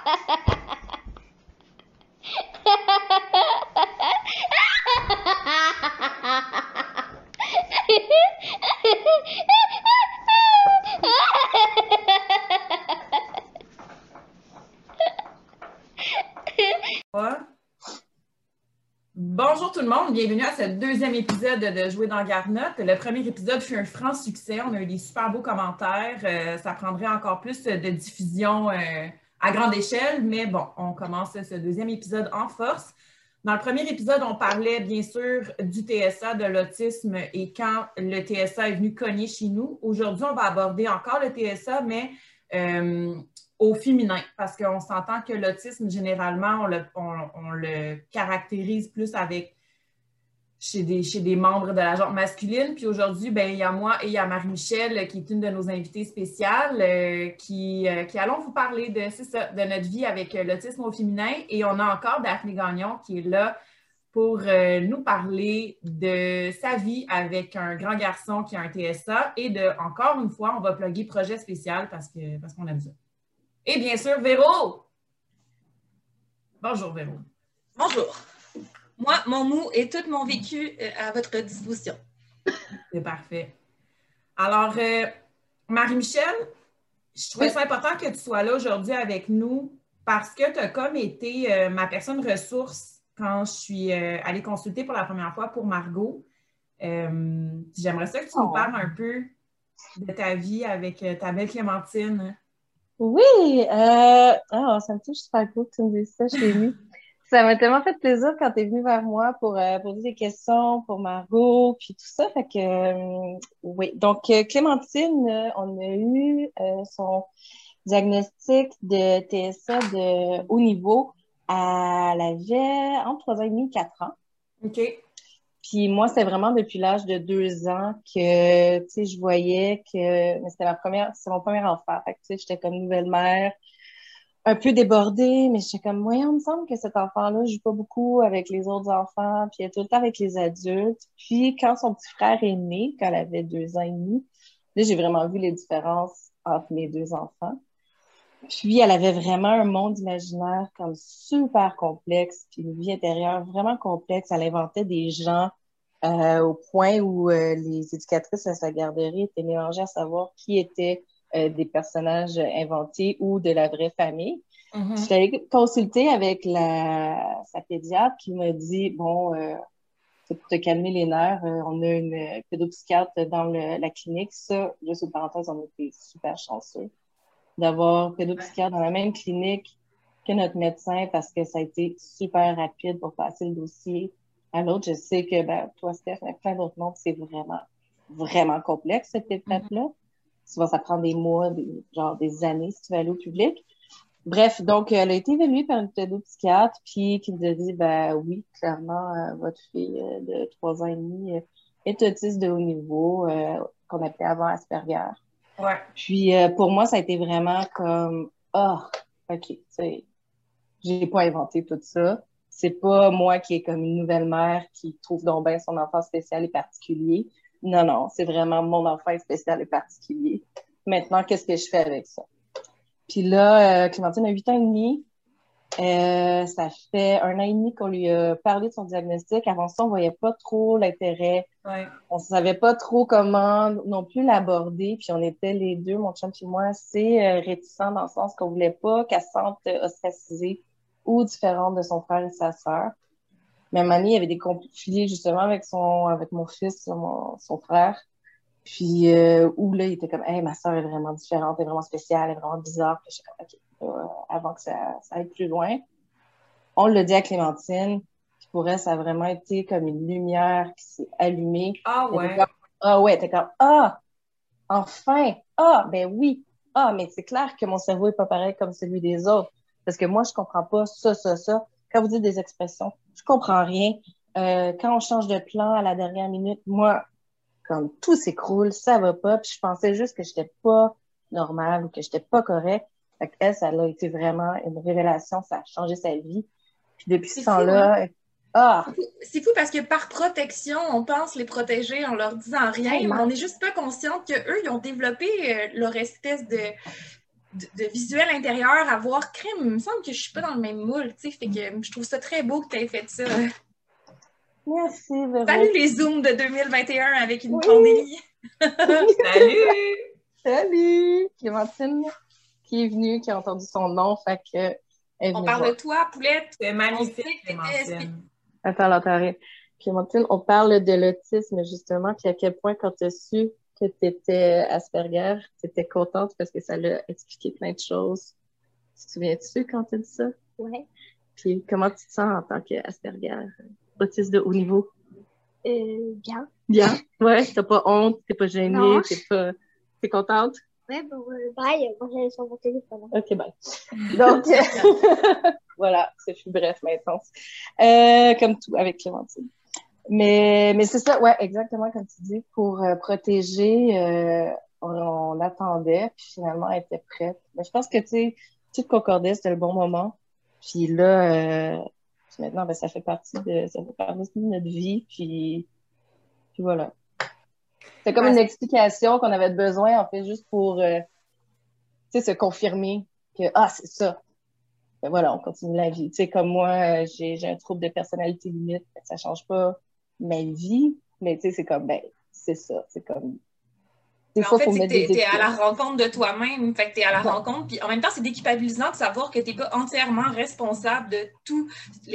Bonjour tout le monde, bienvenue à ce deuxième épisode de Jouer dans Garnotte. Le premier épisode fut un franc succès, on a eu des super beaux commentaires, ça prendrait encore plus de diffusion à grande échelle, mais bon, on commence ce deuxième épisode en force. Dans le premier épisode, on parlait bien sûr du TSA, de l'autisme et quand le TSA est venu cogner chez nous. Aujourd'hui, on va aborder encore le TSA, mais au féminin, parce qu'on s'entend que l'autisme, généralement, on le caractérise plus chez des membres de la genre masculine. Puis aujourd'hui, ben, il y a moi et il y a Marie-Michel, qui est une de nos invitées spéciales, qui allons vous parler de notre vie avec l'autisme au féminin. Et on a encore Daphné Gagnon qui est là pour nous parler de sa vie avec un grand garçon qui a un TSA et encore une fois, on va plugger Projet Spécial parce qu'on aime ça. Et bien sûr, Véro! Bonjour, Véro. Bonjour. Moi, mon mou et tout mon vécu à votre disposition. C'est parfait. Alors, Marie-Michel, je trouvais ça important que tu sois là aujourd'hui avec nous parce que tu as comme été ma personne ressource quand je suis allée consulter pour la première fois pour Margot. J'aimerais ça que tu nous parles un peu de ta vie avec ta belle Clémentine. Oui, ça me touche super cool que tu me dises ça, je t'ai émue. Ça m'a tellement fait plaisir quand tu es venue vers moi pour poser des questions pour Margot, puis tout ça. Fait que, oui. Donc, Clémentine, on a eu son diagnostic de TSA de haut niveau. Elle avait entre 3 ans et demi et 4 ans. OK. Puis moi, c'était vraiment depuis l'âge de 2 ans que, tu sais, je voyais que mais c'est mon premier enfant. Fait que, tu sais, j'étais comme nouvelle mère, un peu débordée, mais j'étais comme, ouais, il me semble que cet enfant-là joue pas beaucoup avec les autres enfants, puis elle est tout le temps avec les adultes. Puis quand son petit frère est né, quand elle avait 2 ans et demi, là, j'ai vraiment vu les différences entre mes deux enfants. Puis elle avait vraiment un monde imaginaire comme super complexe, puis une vie intérieure vraiment complexe. Elle inventait des gens au point où les éducatrices à sa garderie étaient mélangées à savoir qui étaient des personnages inventés ou de la vraie famille. Mm-hmm. Je suis allée consulter avec sa pédiatre qui m'a dit, bon, c'est pour te calmer les nerfs, on a une pédopsychiatre dans la clinique. Ça, juste une parenthèse, on était super chanceux d'avoir pédopsychiatre dans la même clinique que notre médecin parce que ça a été super rapide pour passer le dossier à l'autre. Je sais que toi, Steph, mais plein d'autres mondes, c'est vraiment, vraiment complexe, cette étape-là. Souvent, ça prend des mois, des années si tu veux aller au public. Bref, donc, elle a été évaluée par une pédopsychiatre puis qui nous a dit, oui, clairement, votre fille de 3 ans et demi est autiste de haut niveau, qu'on appelait avant Asperger. Ouais. Puis pour moi, ça a été vraiment comme OK, tu sais, j'ai pas inventé tout ça. C'est pas moi qui est comme une nouvelle mère qui trouve donc bien son enfant spécial et particulier. Non, c'est vraiment mon enfant est spécial et particulier. Maintenant, qu'est-ce que je fais avec ça? Puis là, Clémentine a 8 ans et demi. Ça fait 1 an et demi qu'on lui a parlé de son diagnostic. Avant ça, on voyait pas trop l'intérêt. Ouais. On savait pas trop comment non plus l'aborder. Puis on était les deux, mon chum et moi, assez réticents dans le sens qu'on voulait pas qu'elle se sente ostracisée ou différente de son frère et sa sœur. Mais à un moment donné, il y avait des conflits justement avec mon fils, son frère. Puis où là, il était comme, hey, ma sœur est vraiment différente, elle est vraiment spéciale, elle est vraiment bizarre. Puis j'étais comme, OK, avant que ça aille plus loin. On l'a dit à Clémentine. Puis pour elle, ça a vraiment été comme une lumière qui s'est allumée. Ah ouais. T'es comme, enfin, ben oui. Mais c'est clair que mon cerveau est pas pareil comme celui des autres. Parce que moi, je comprends pas ça. Quand vous dites des expressions, je comprends rien. Quand on change de plan à la dernière minute, moi, comme tout s'écroule, ça va pas. Puis je pensais juste que j'étais pas normale ou que j'étais pas correcte. Fait qu'elle, ça a été vraiment une révélation. Ça a changé sa vie. Puis depuis ce temps-là, C'est fou parce que par protection, on pense les protéger en leur disant rien, mais on n'est juste pas consciente qu'eux, ils ont développé leur espèce de visuel intérieur à voir crème. Il me semble que je suis pas dans le même moule, tu sais. Fait que je trouve ça très beau que tu aies fait ça. Merci, Véro. Salut les Zooms de 2021 avec une Oui. pandémie. Salut! Salut! Clémentine qui est venue, qui a entendu son nom, fait que On parle de toi, Poulette. C'est On magnifique, sait que Clémentine. Attends, Clémentine, on parle de l'autisme, justement, puis à quel point, quand tu as su que tu étais Asperger, tu étais contente parce que ça l'a expliqué plein de choses. Tu te souviens-tu quand tu as dit ça? Ouais. Puis comment tu te sens en tant qu'Asperger, autiste de haut niveau? Bien. Bien. Ouais, t'as pas honte, t'es pas gênée, Non. t'es contente? Ouais, bon, bye. Moi, j'allais sur mon téléphone. OK, bye. Donc, voilà, ce fut bref, mais intense. Comme tout, avec Clémentine. Mais c'est ça, ouais, exactement comme tu dis, pour protéger, on attendait, puis finalement, elle était prête. Mais je pense que, tu sais, tout concordait, c'était le bon moment. Puis là, puis maintenant, ben, ça fait partie de notre vie, puis voilà. C'est comme une explication qu'on avait besoin, en fait, juste pour, tu sais, se confirmer que, c'est ça. Ben voilà, on continue la vie. Tu sais, comme moi, j'ai un trouble de personnalité limite, ça change pas ma vie, mais tu sais, c'est comme, ben, c'est ça. C'est comme, des fois, En fait, faut c'est mettre que des t'es à la étiquettes. rencontre de toi-même. Fait que t'es à la Ouais. rencontre. Puis en même temps, c'est déculpabilisant de savoir que t'es pas entièrement responsable de tous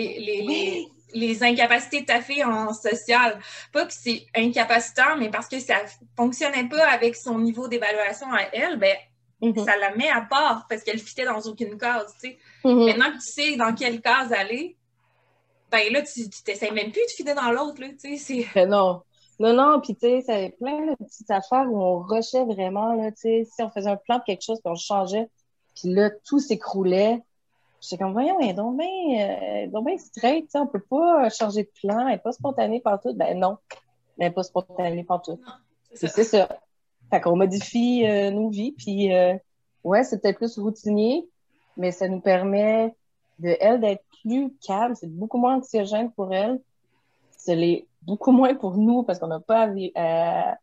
les incapacités de ta fille en social. Pas que c'est incapacitant, mais parce que ça fonctionnait pas avec son niveau d'évaluation à elle, ben, ça la met à part parce qu'elle fitait dans aucune case, tu sais. Maintenant que tu sais dans quelle case aller, ben là, tu t'essaies même plus de fitter dans l'autre, là, tu sais. Ben non. Non, puis tu sais, ça avait plein de petites affaires où on rushait vraiment, là, tu sais, si on faisait un plan de quelque chose, puis on changeait, puis là, tout s'écroulait. J'étais comme, voyons, elle est donc bien straight, tu sais, on peut pas changer de plan, elle est pas spontanée partout. Ben non, elle est pas spontanée partout. C'est C'est ça. Fait qu'on modifie nos vies, puis ouais, c'est peut-être plus routinier, mais ça nous permet elle d'être plus calme, c'est beaucoup moins anxiogène pour elle. Ce l'est beaucoup moins pour nous parce qu'on n'a pas à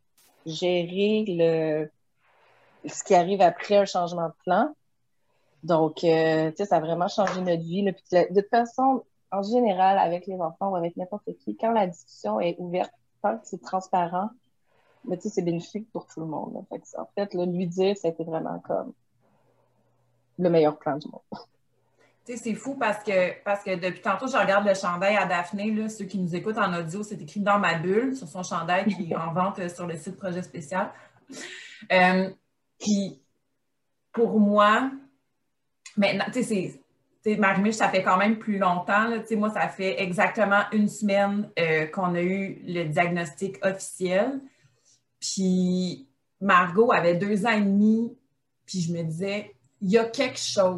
gérer ce qui arrive après un changement de plan. Donc, tu sais, ça a vraiment changé notre vie. Là. Puis, de toute façon, en général, avec les enfants ou avec n'importe qui, quand la discussion est ouverte, tant que c'est transparent, mais tu sais, c'est bénéfique pour tout le monde. Là. Fait que, en fait, là, lui dire, ça a été vraiment comme le meilleur plan du monde. Tu sais, c'est fou parce que depuis tantôt, je regarde le chandail à Daphné. Là, ceux qui nous écoutent en audio, c'est écrit dans ma bulle sur son chandail qui est en vente sur le site Projet Spécial. Puis, pour moi, maintenant, tu sais, Marie-Miche, ça fait quand même plus longtemps. Là, moi, ça fait exactement une semaine qu'on a eu le diagnostic officiel. Puis, Margot avait 2 ans et demi. Puis, je me disais, il y a quelque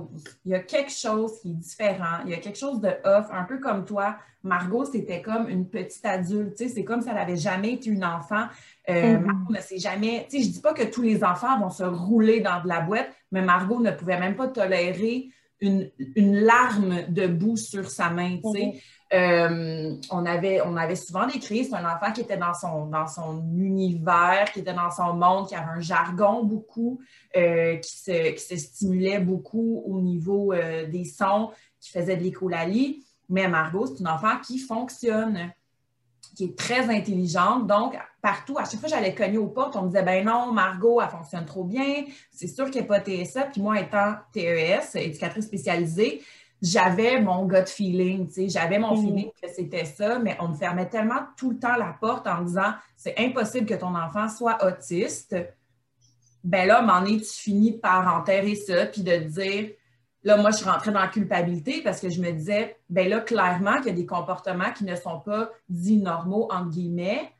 chose qui est différent, il y a quelque chose de off, un peu comme toi. Margot, c'était comme une petite adulte, tu sais, c'est comme si elle n'avait jamais été une enfant. Margot ne s'est jamais, tu sais, je dis pas que tous les enfants vont se rouler dans de la boîte, mais Margot ne pouvait même pas tolérer une larme de boue sur sa main, tu sais. On avait souvent des crises. C'est un enfant qui était dans son univers, qui était dans son monde, qui avait un jargon beaucoup, qui se stimulait beaucoup au niveau des sons, qui faisait de l'écolalie. Mais Margot, c'est une enfant qui fonctionne, qui est très intelligente. Donc, partout, à chaque fois que j'allais cogner aux portes, on me disait, ben non, Margot, elle fonctionne trop bien. C'est sûr qu'elle n'est pas TSA. Puis moi, étant TES, éducatrice spécialisée, j'avais mon gut feeling, tu sais, j'avais mon feeling que c'était ça, mais on me fermait tellement tout le temps la porte en me disant, c'est impossible que ton enfant soit autiste. Ben là, à un moment donné, tu finis par enterrer ça, puis de dire, là, moi, je suis rentrée dans la culpabilité parce que je me disais, ben là, clairement, qu'il y a des comportements qui ne sont pas dits normaux, entre guillemets,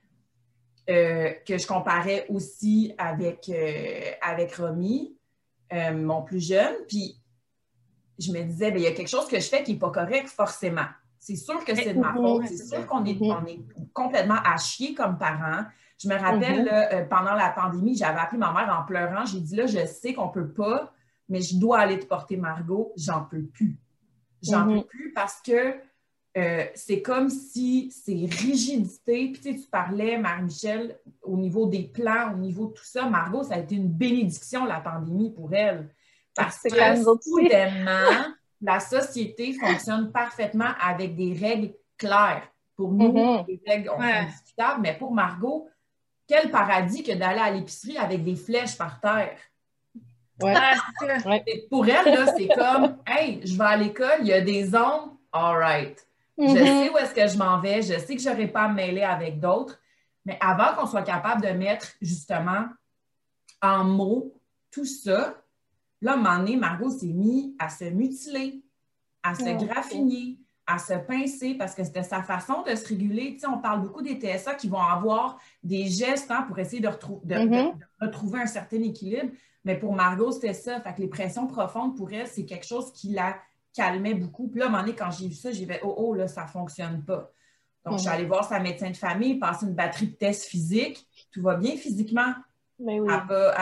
que je comparais aussi avec Romy, mon plus jeune. Puis, je me disais, ben, il y a quelque chose que je fais qui n'est pas correct, forcément. C'est sûr que c'est de ma faute. C'est sûr qu'on est complètement à chier comme parents. Je me rappelle, là, pendant la pandémie, j'avais appelé ma mère en pleurant. J'ai dit, là, je sais qu'on ne peut pas, mais je dois aller te porter Margot. J'en peux plus. J'en peux plus parce que c'est comme si ces rigidités, puis tu sais, tu parlais, Marie-Michel, au niveau des plans, au niveau de tout ça, Margot, ça a été une bénédiction, la pandémie, pour elle. Parce C'est quand même que, d'autres aussi. soudainement, la société fonctionne parfaitement avec des règles claires. Pour nous, les règles sont discutables, mais pour Margot, quel paradis que d'aller à l'épicerie avec des flèches par terre. Ouais. C'est ça. Ouais. Et pour elle, là, c'est comme, hey, je vais à l'école, il y a des zones, all right. Je sais où est-ce que je m'en vais, je sais que je n'aurai pas à me mêler avec d'autres, mais avant qu'on soit capable de mettre, justement, en mots tout ça, là, à un moment donné, Margot s'est mise à se mutiler, à se graffiner, à se pincer, parce que c'était sa façon de se réguler. Tu sais, on parle beaucoup des TSA qui vont avoir des gestes pour essayer de retrouver un certain équilibre, mais pour Margot, c'était ça. Fait que les pressions profondes, pour elle, c'est quelque chose qui la calmait beaucoup. Puis là, à un moment donné, quand j'ai vu ça, j'ai fait « Oh, là, ça ne fonctionne pas ». Donc, je suis allée voir sa médecin de famille, passer une batterie de tests physiques. Tout va bien physiquement. Mais oui.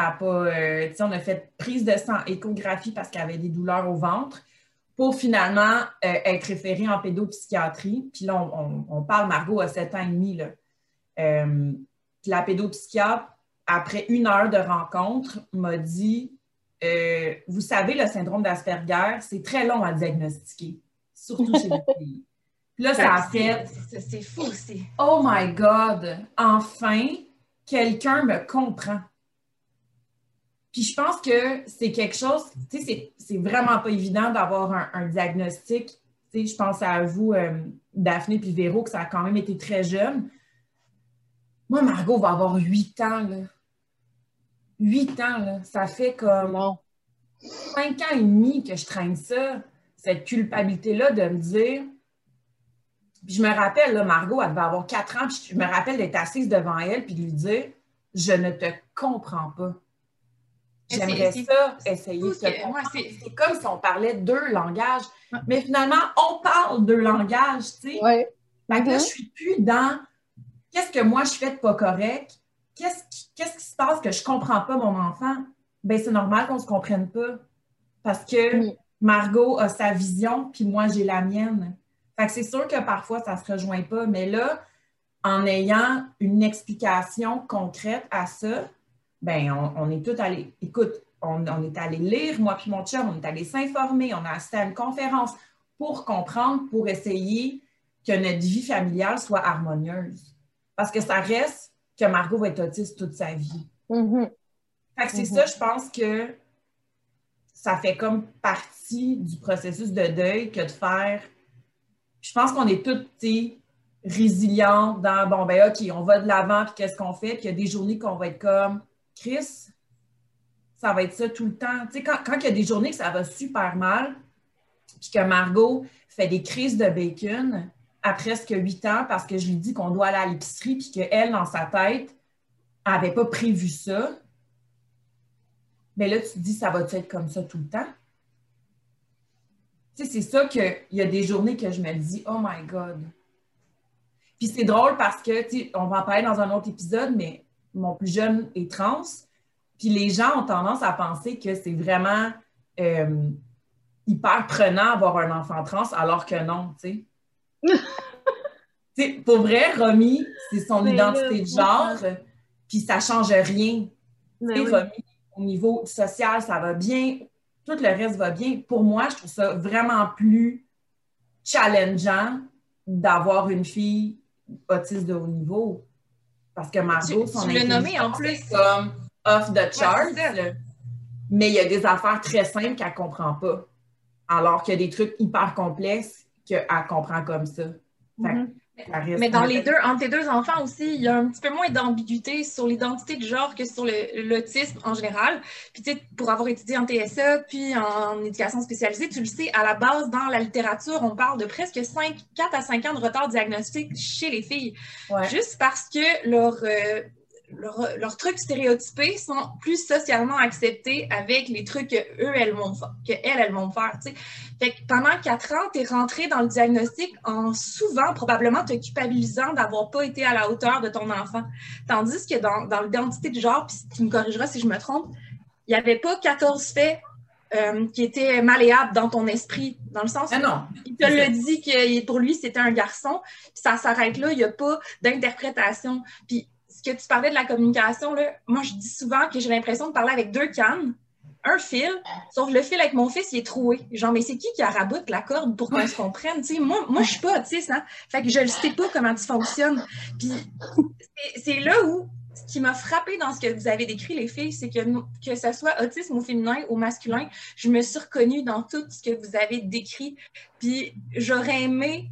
On a fait prise de sang, échographie parce qu'elle avait des douleurs au ventre pour finalement être référée en pédopsychiatrie. Puis là, on parle, Margot a 7 ans et demi. Là. Puis la pédopsychiatre, après 1 heure de rencontre, m'a dit vous savez, le syndrome d'Asperger, c'est très long à diagnostiquer, surtout chez les filles. Puis là, ça a fait... C'est fou aussi. Oh my God! Enfin, quelqu'un me comprend. Puis je pense que c'est quelque chose, tu sais, c'est vraiment pas évident d'avoir un diagnostic. Tu sais, je pense à vous, Daphné puis Véro, que ça a quand même été très jeune. Moi, Margot va avoir 8 ans, là. 8 ans, là. Ça fait comme 5 ans et demi que je traîne ça, cette culpabilité-là de me dire... Puis je me rappelle, là, Margot, elle devait avoir 4 ans, puis je me rappelle d'être assise devant elle puis de lui dire « Je ne te comprends pas. » J'aimerais ça essayer de te comprendre. C'est comme si on parlait 2 langages, mais finalement, on parle 2 langages, tu sais. Ouais. Fait que là, je suis plus dans qu'est-ce que moi je fais de pas correct, qu'est-ce qui se passe que je comprends pas mon enfant. Bien, c'est normal qu'on se comprenne pas parce que Margot a sa vision, puis moi, j'ai la mienne. Fait que c'est sûr que parfois, ça se rejoint pas, mais là, en ayant une explication concrète à ça, ben on est tous allés, écoute, on est allé lire, moi puis mon chum, on est allé s'informer, on a assisté à une conférence pour comprendre, pour essayer que notre vie familiale soit harmonieuse. Parce que ça reste que Margot va être autiste toute sa vie. Fait que c'est ça, je pense que ça fait comme partie du processus de deuil que de faire... Je pense qu'on est toutes, tu sais, résilients dans, bon, ben OK, on va de l'avant, puis qu'est-ce qu'on fait? Puis il y a des journées qu'on va être comme, Chris, ça va être ça tout le temps. Tu sais, quand il y a des journées que ça va super mal, puis que Margot fait des crises de bacon à presque 8 ans parce que je lui dis qu'on doit aller à l'épicerie, puis qu'elle, dans sa tête, elle n'avait pas prévu ça, bien là, tu te dis, ça va-tu être comme ça tout le temps? Tu sais, c'est ça qu'il y a des journées que je me dis, oh my God. Puis c'est drôle parce que, tu sais, on va en parler dans un autre épisode, mais mon plus jeune est trans. Puis les gens ont tendance à penser que c'est vraiment hyper prenant d'avoir un enfant trans, alors que non, tu sais. Tu sais, pour vrai, Romy, c'est son identité de genre, puis ça change rien. Tu sais, Romy, au niveau social, ça va bien. Tout le reste va bien. Pour moi, je trouve ça vraiment plus challengeant d'avoir une fille autiste de haut niveau. Parce que Margot, son intelligence, c'est comme off the charts. Mais il y a des affaires très simples qu'elle ne comprend pas. Alors qu'il y a des trucs hyper complexes qu'elle comprend comme ça. Mais dans entre tes 2 enfants aussi, il y a un petit peu moins d'ambiguïté sur l'identité de genre que sur l'autisme en général. Puis tu sais, pour avoir étudié en TSA puis en éducation spécialisée, tu le sais, à la base, dans la littérature, on parle de presque 4 à 5 ans de retard diagnostique chez les filles. Juste parce que leurs trucs stéréotypés sont plus socialement acceptés avec les trucs qu'elles vont faire. T'sais. Fait que pendant 4 ans, tu es rentré dans le diagnostic en souvent, probablement, te culpabilisant d'avoir pas été à la hauteur de ton enfant. Tandis que dans l'identité de genre, puis tu me corrigeras si je me trompe, il n'y avait pas 14 faits qui étaient malléables dans ton esprit, dans le sens où il te l'a dit que pour lui, c'était un garçon, puis ça s'arrête là, il n'y a pas d'interprétation. Puis ce que tu parlais de la communication, là, moi, je dis souvent que j'ai l'impression de parler avec 2 cannes, un fil, sauf le fil avec mon fils, il est troué. Genre, mais c'est qui raboute la corde pour qu'on se comprenne? Tu sais, moi, je suis pas autiste, hein? Fait que je le sais pas comment tu fonctionnes. Puis c'est là où ce qui m'a frappée dans ce que vous avez décrit, les filles, c'est que ce soit autisme au féminin ou au masculin, je me suis reconnue dans tout ce que vous avez décrit. Puis j'aurais aimé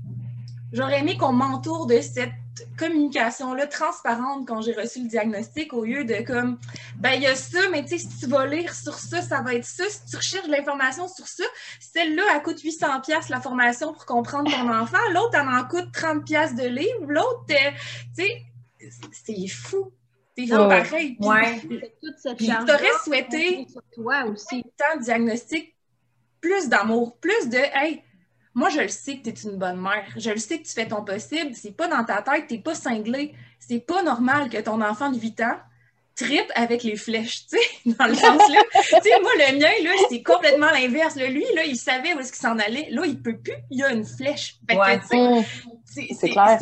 qu'on m'entoure de cette communication-là transparente quand j'ai reçu le diagnostic, au lieu de comme, ben il y a ça, mais tu sais, si tu vas lire sur ça, ça va être ça. Si tu recherches de l'information sur ça, celle-là, elle coûte 800$ la formation pour comprendre ton enfant. L'autre, elle en coûte 30$ de livre. L'autre, tu sais, c'est fou. C'est fou pareil. Puis, ouais. Toute cette puis charge t'aurais souhaité, sur toi aussi. tant de diagnostic, plus d'amour, plus de, hey, moi, je le sais que tu es une bonne mère. Je le sais que tu fais ton possible. C'est pas dans ta tête, t'es pas cinglé. C'est pas normal que ton enfant de 8 ans trippe avec les flèches, tu sais, dans le sens-là. Tu sais, moi, le mien, là, c'est complètement l'inverse. Lui, là, il savait où est-ce qu'il s'en allait. Là, il peut plus. Il y a une flèche. Fait que, tu sais, c'est clair.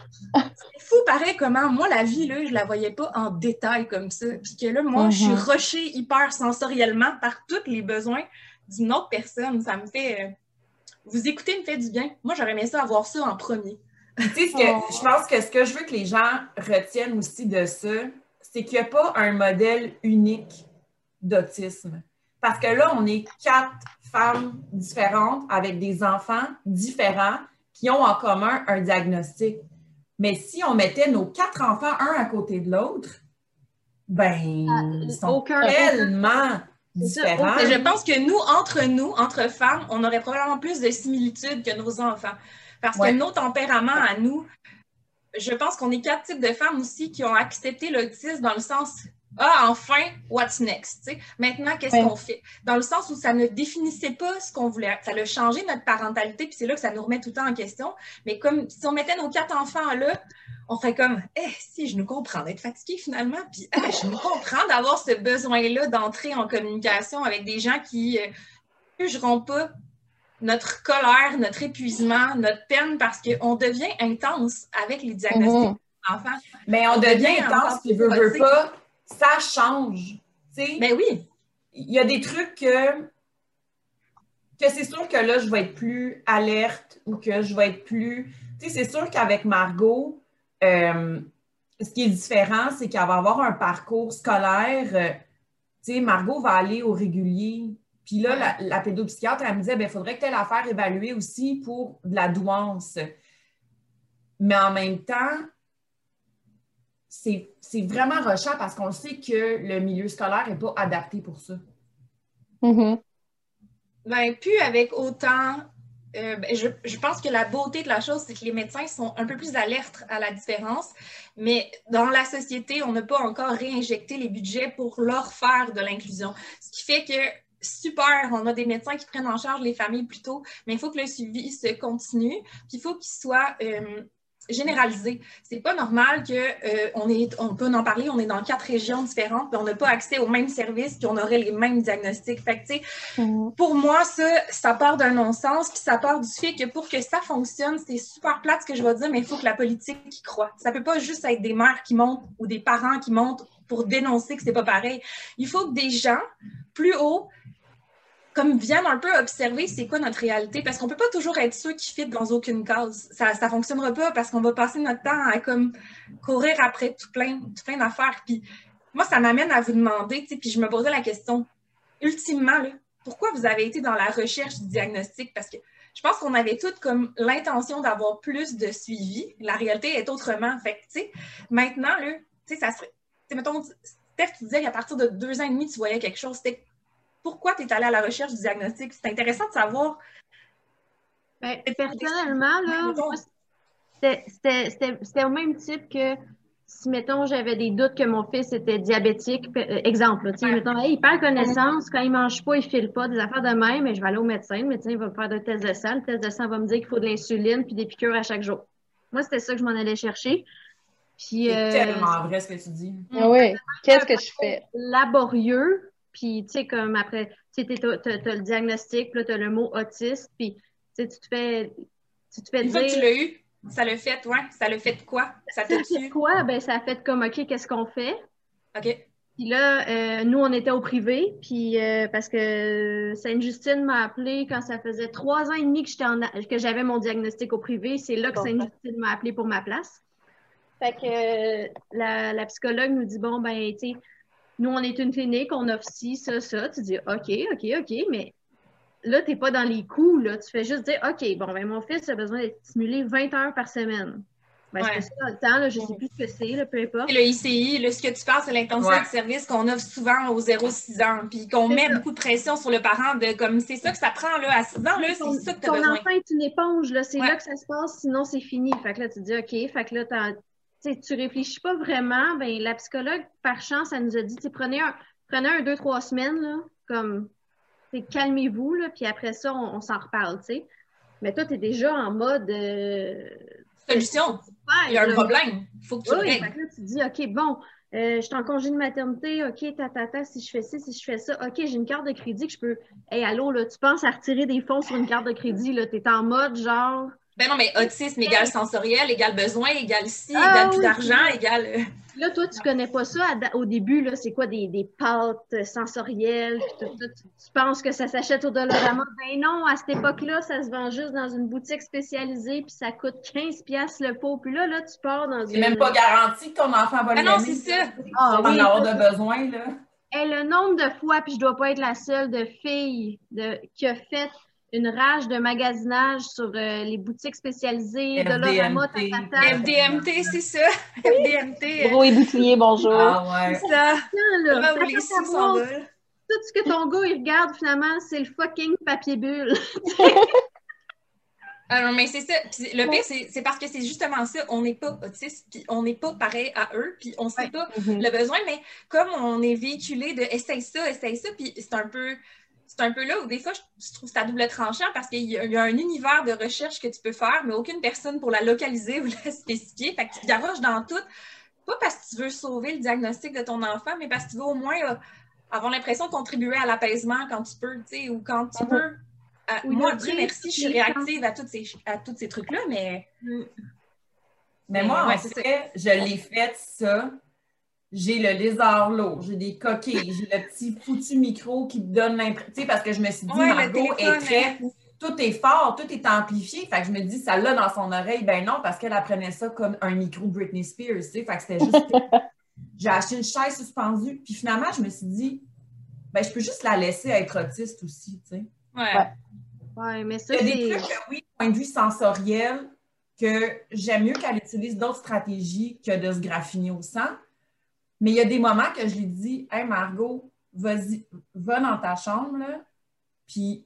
C'est fou, pareil, comment, moi, la vie, là, je la voyais pas en détail comme ça. Puis que là, moi, je suis rushée hyper sensoriellement par tous les besoins d'une autre personne. Ça me fait... vous écouter me fait du bien. Moi, j'aurais aimé ça avoir ça en premier. Tu sais, je pense que ce que je veux que les gens retiennent aussi de ça, c'est qu'il n'y a pas un modèle unique d'autisme. Parce que là, on est 4 femmes différentes avec des enfants différents qui ont en commun un diagnostic. Mais si on mettait nos 4 enfants un à côté de l'autre, ben, ils sont tellement différents. Je pense que nous, entre femmes, on aurait probablement plus de similitudes que nos enfants. Parce que nos tempéraments à nous, je pense qu'on est 4 types de femmes aussi qui ont accepté l'autisme dans le sens « Ah, enfin, what's next? » T'sais, maintenant, qu'est-ce qu'on fait? Dans le sens où ça ne définissait pas ce qu'on voulait. Ça a changé notre parentalité, puis c'est là que ça nous remet tout le temps en question. Mais comme si on mettait nos 4 enfants là, on ferait comme si je nous comprends d'être fatiguée finalement, puis je nous comprends d'avoir ce besoin-là d'entrer en communication avec des gens qui ne jugeront pas notre colère, notre épuisement, notre peine, parce qu'on devient intense avec les diagnostics d'enfants. Mais on devient intense, puis veut pas, ça change. T'sais? Ben oui. Il y a des trucs que c'est sûr que là, je vais être plus alerte ou que je vais être plus... Tu sais, c'est sûr qu'avec Margot, ce qui est différent, c'est qu'elle va avoir un parcours scolaire. Tu sais, Margot va aller au régulier. Puis là, la pédopsychiatre, elle me disait, il faudrait que tu aies la faire évaluer aussi pour de la douance. Mais en même temps, c'est vraiment rushant parce qu'on sait que le milieu scolaire n'est pas adapté pour ça. Ben, plus avec autant... je pense que la beauté de la chose, c'est que les médecins sont un peu plus alertes à la différence, mais dans la société, on n'a pas encore réinjecté les budgets pour leur faire de l'inclusion. Ce qui fait que super, on a des médecins qui prennent en charge les familles plus tôt, mais il faut que le suivi se continue, puis il faut qu'il soit généralisé. C'est pas normal on peut en parler, on est dans 4 régions différentes, puis on n'a pas accès aux mêmes services, puis on aurait les mêmes diagnostics. Fait que, tu sais, pour moi, ça part d'un non-sens, puis ça part du fait que pour que ça fonctionne, c'est super plate ce que je vais dire, mais il faut que la politique y croie. Ça peut pas juste être des mères qui montent ou des parents qui montent pour dénoncer que c'est pas pareil. Il faut que des gens plus haut comme viennent un peu observer c'est quoi notre réalité, parce qu'on peut pas toujours être ceux qui fit dans aucune case. Ça fonctionnera pas parce qu'on va passer notre temps à comme courir après tout plein d'affaires. Puis moi, ça m'amène à vous demander, tu sais, puis je me posais la question, ultimement, là, pourquoi vous avez été dans la recherche du diagnostic? Parce que je pense qu'on avait toutes comme l'intention d'avoir plus de suivi. La réalité est autrement. Fait que, tu sais, maintenant, là, tu sais, ça serait... mettons, Steph, tu disais qu'à partir de 2 ans et demi, tu voyais quelque chose. C'était pourquoi tu es allé à la recherche du diagnostic? C'est intéressant de savoir. Ben, personnellement, là, moi, c'était au même type que si, mettons, j'avais des doutes que mon fils était diabétique. Exemple, tu sais, mettons, il perd connaissance, quand il mange pas, il file pas, des affaires de même, mais je vais aller au médecin. Le médecin va me faire des tests de sang. Le test de sang va me dire qu'il faut de l'insuline puis des piqûres à chaque jour. Moi, c'était ça que je m'en allais chercher. Puis, c'est tellement vrai ce que tu dis. Oui, qu'est-ce que je fais? Laborieux. Puis, tu sais, comme après, tu sais, t'as le diagnostic, puis là, t'as le mot autiste, puis, tu sais, tu te fais Une fois que tu l'as eu, ça l'a fait, ouais. Ça l'a fait quoi? Ça t'a tué? quoi? Ben, ça a fait comme, OK, qu'est-ce qu'on fait? OK. Puis là, nous, on était au privé, puis parce que Sainte-Justine m'a appelé quand ça faisait 3 ans et demi que j'avais mon diagnostic au privé. C'est là que Sainte-Justine m'a appelé pour ma place. Fait que la psychologue nous dit, bon, ben, tu sais, nous, on est une clinique, on offre ci, ça. Tu dis, OK, mais là, t'es pas dans les coûts, là. Tu fais juste dire, OK, bon, ben, mon fils a besoin d'être stimulé 20 heures par semaine. Ben, c'est ça dans le temps, là, je sais plus ce que c'est, là, peu importe. Et le ICI, là, ce que tu parles, c'est l'intensité de service qu'on offre souvent aux 0-6 ans, puis qu'on met beaucoup de pression sur le parent de comme c'est ça que ça prend là, à 6 ans, là, c'est ça que tu as besoin. Ton enfant est une éponge, là, c'est là que ça se passe, sinon c'est fini. Fait que là, tu dis OK, fait que là, tu réfléchis pas vraiment. Ben, la psychologue, par chance, elle nous a dit, prenez 2-3 semaines, là, comme, calmez-vous, là, puis après ça, on s'en reparle, tu sais. Mais toi, tu es déjà en mode... solution. Il y a un problème. Il faut que tu le règles. Fait que là, tu dis, OK, bon, je suis en congé de maternité, OK, si je fais ci, si je fais ça, OK, j'ai une carte de crédit que je peux... Hey, allô, là, tu penses à retirer des fonds sur une carte de crédit, là, t'es en mode, genre... Ben non, mais autisme égale sensoriel, égale besoin, égale ci, égale plus d'argent, égale... Là, toi, tu connais pas ça au début, là, c'est quoi des pâtes sensorielles, puis tout ça, tu penses que ça s'achète au Dollarama. Ben non, à cette époque-là, ça se vend juste dans une boutique spécialisée, puis ça coûte 15$ le pot. Puis là, tu pars dans C'est même pas garanti que ton enfant va l'aimer. Ah non, c'est ça. Ah, oui, en avoir de besoin, là. Et le nombre de fois, puis je dois pas être la seule de filles qui a fait une rage de magasinage sur les boutiques spécialisées, Dollarama, FDMT, c'est ça. FDMT. Gros et bouclier, bonjour. Ah ouais. C'est ça. Là, où les sous s'envolent. Tout ce que ton gars, il regarde, finalement, c'est le fucking papier bulle. Ah non, mais c'est ça. Puis le pire, c'est parce que c'est justement ça. On n'est pas autiste, puis on n'est pas pareil à eux, puis on sait pas le besoin, mais comme on est véhiculé de essaye ça, puis c'est un peu là où des fois, je trouve ça double tranchant parce qu'il y a un univers de recherche que tu peux faire, mais aucune personne pour la localiser ou la spécifier. Fait que tu te garoches dans tout, pas parce que tu veux sauver le diagnostic de ton enfant, mais parce que tu veux au moins avoir l'impression de contribuer à l'apaisement quand tu peux, tu sais, ou quand tu peux. Moi, Dieu merci, je suis réactive à tous ces trucs-là, mais... Mais moi, en fait, je l'ai fait, ça. J'ai le lézard lourd, j'ai des coquilles, j'ai le petit foutu micro qui me donne l'impression... Tu sais, parce que je me suis dit, Margot est très... Tout est fort, tout est amplifié. Fait que je me dis, ça l'a dans son oreille. Ben non, parce qu'elle apprenait ça comme un micro Britney Spears, tu sais. Fait que c'était juste... J'ai acheté une chaise suspendue. Puis finalement, je me suis dit, ben je peux juste la laisser être autiste aussi, tu sais. Ouais, mais ça, il y a des trucs, oui, point de vue sensoriel, que j'aime mieux qu'elle utilise d'autres stratégies que de se graffiner au sang. Mais il y a des moments que je lui dis, hey Margot, vas-y, va dans ta chambre, là, puis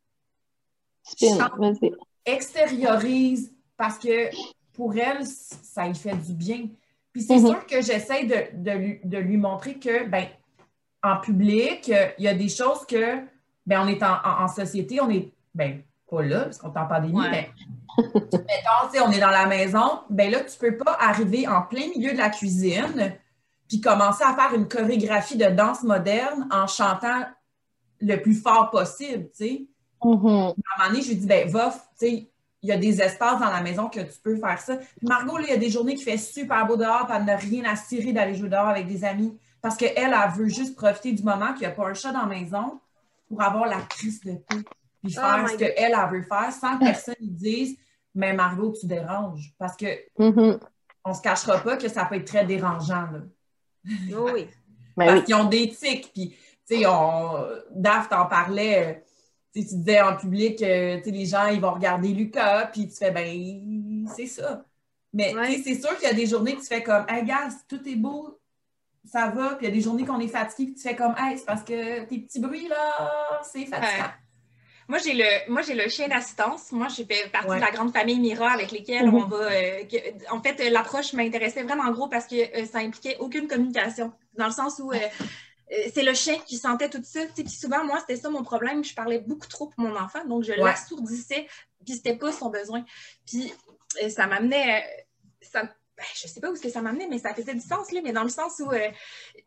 extériorise, parce que pour elle, ça lui fait du bien. Puis c'est sûr que j'essaie de lui montrer que, ben, en public, il y a des choses que, ben, on est en société, on est, ben, pas là, parce qu'on est en pandémie, mais mettons, tu sais, on est dans la maison, ben là, tu peux pas arriver en plein milieu de la cuisine puis commencer à faire une chorégraphie de danse moderne en chantant le plus fort possible, tu sais. À un moment donné, je lui dis, ben, va, tu sais, il y a des espaces dans la maison que tu peux faire ça. Puis Margot, là, il y a des journées qui fait super beau dehors, puis elle n'a rien à cirer d'aller jouer dehors avec des amis, parce qu'elle, elle veut juste profiter du moment qu'il n'y a pas un chat dans la maison pour avoir la crise de paix, puis faire ce qu'elle, elle veut faire, sans que personne lui dise, mais Margot, tu déranges. Parce que on se cachera pas que ça peut être très dérangeant, là. Oui. Parce qu'ils ont des tics, puis, tu sais, Daph t'en parlait, tu disais en public, tu sais, les gens, ils vont regarder Lucas, puis tu fais, ben, c'est ça. Mais, tu sais, c'est sûr qu'il y a des journées que tu fais comme, hey, gars, tout est beau, ça va, puis il y a des journées qu'on est fatigué, puis tu fais comme, hey, c'est parce que tes petits bruits, là, c'est fatigant. Moi, j'ai le chien d'assistance. Moi, j'ai fait partie de la grande famille Mira avec lesquelles on va... en fait, l'approche m'intéressait vraiment gros parce que ça impliquait aucune communication. Dans le sens où c'est le chien qui sentait tout ça. Puis souvent, moi, c'était ça mon problème. Je parlais beaucoup trop pour mon enfant, donc je l'assourdissais, puis c'était pas son besoin. Puis ça m'amenait... je sais pas où est-ce que ça m'amenait, mais ça faisait du sens, là, mais dans le sens où...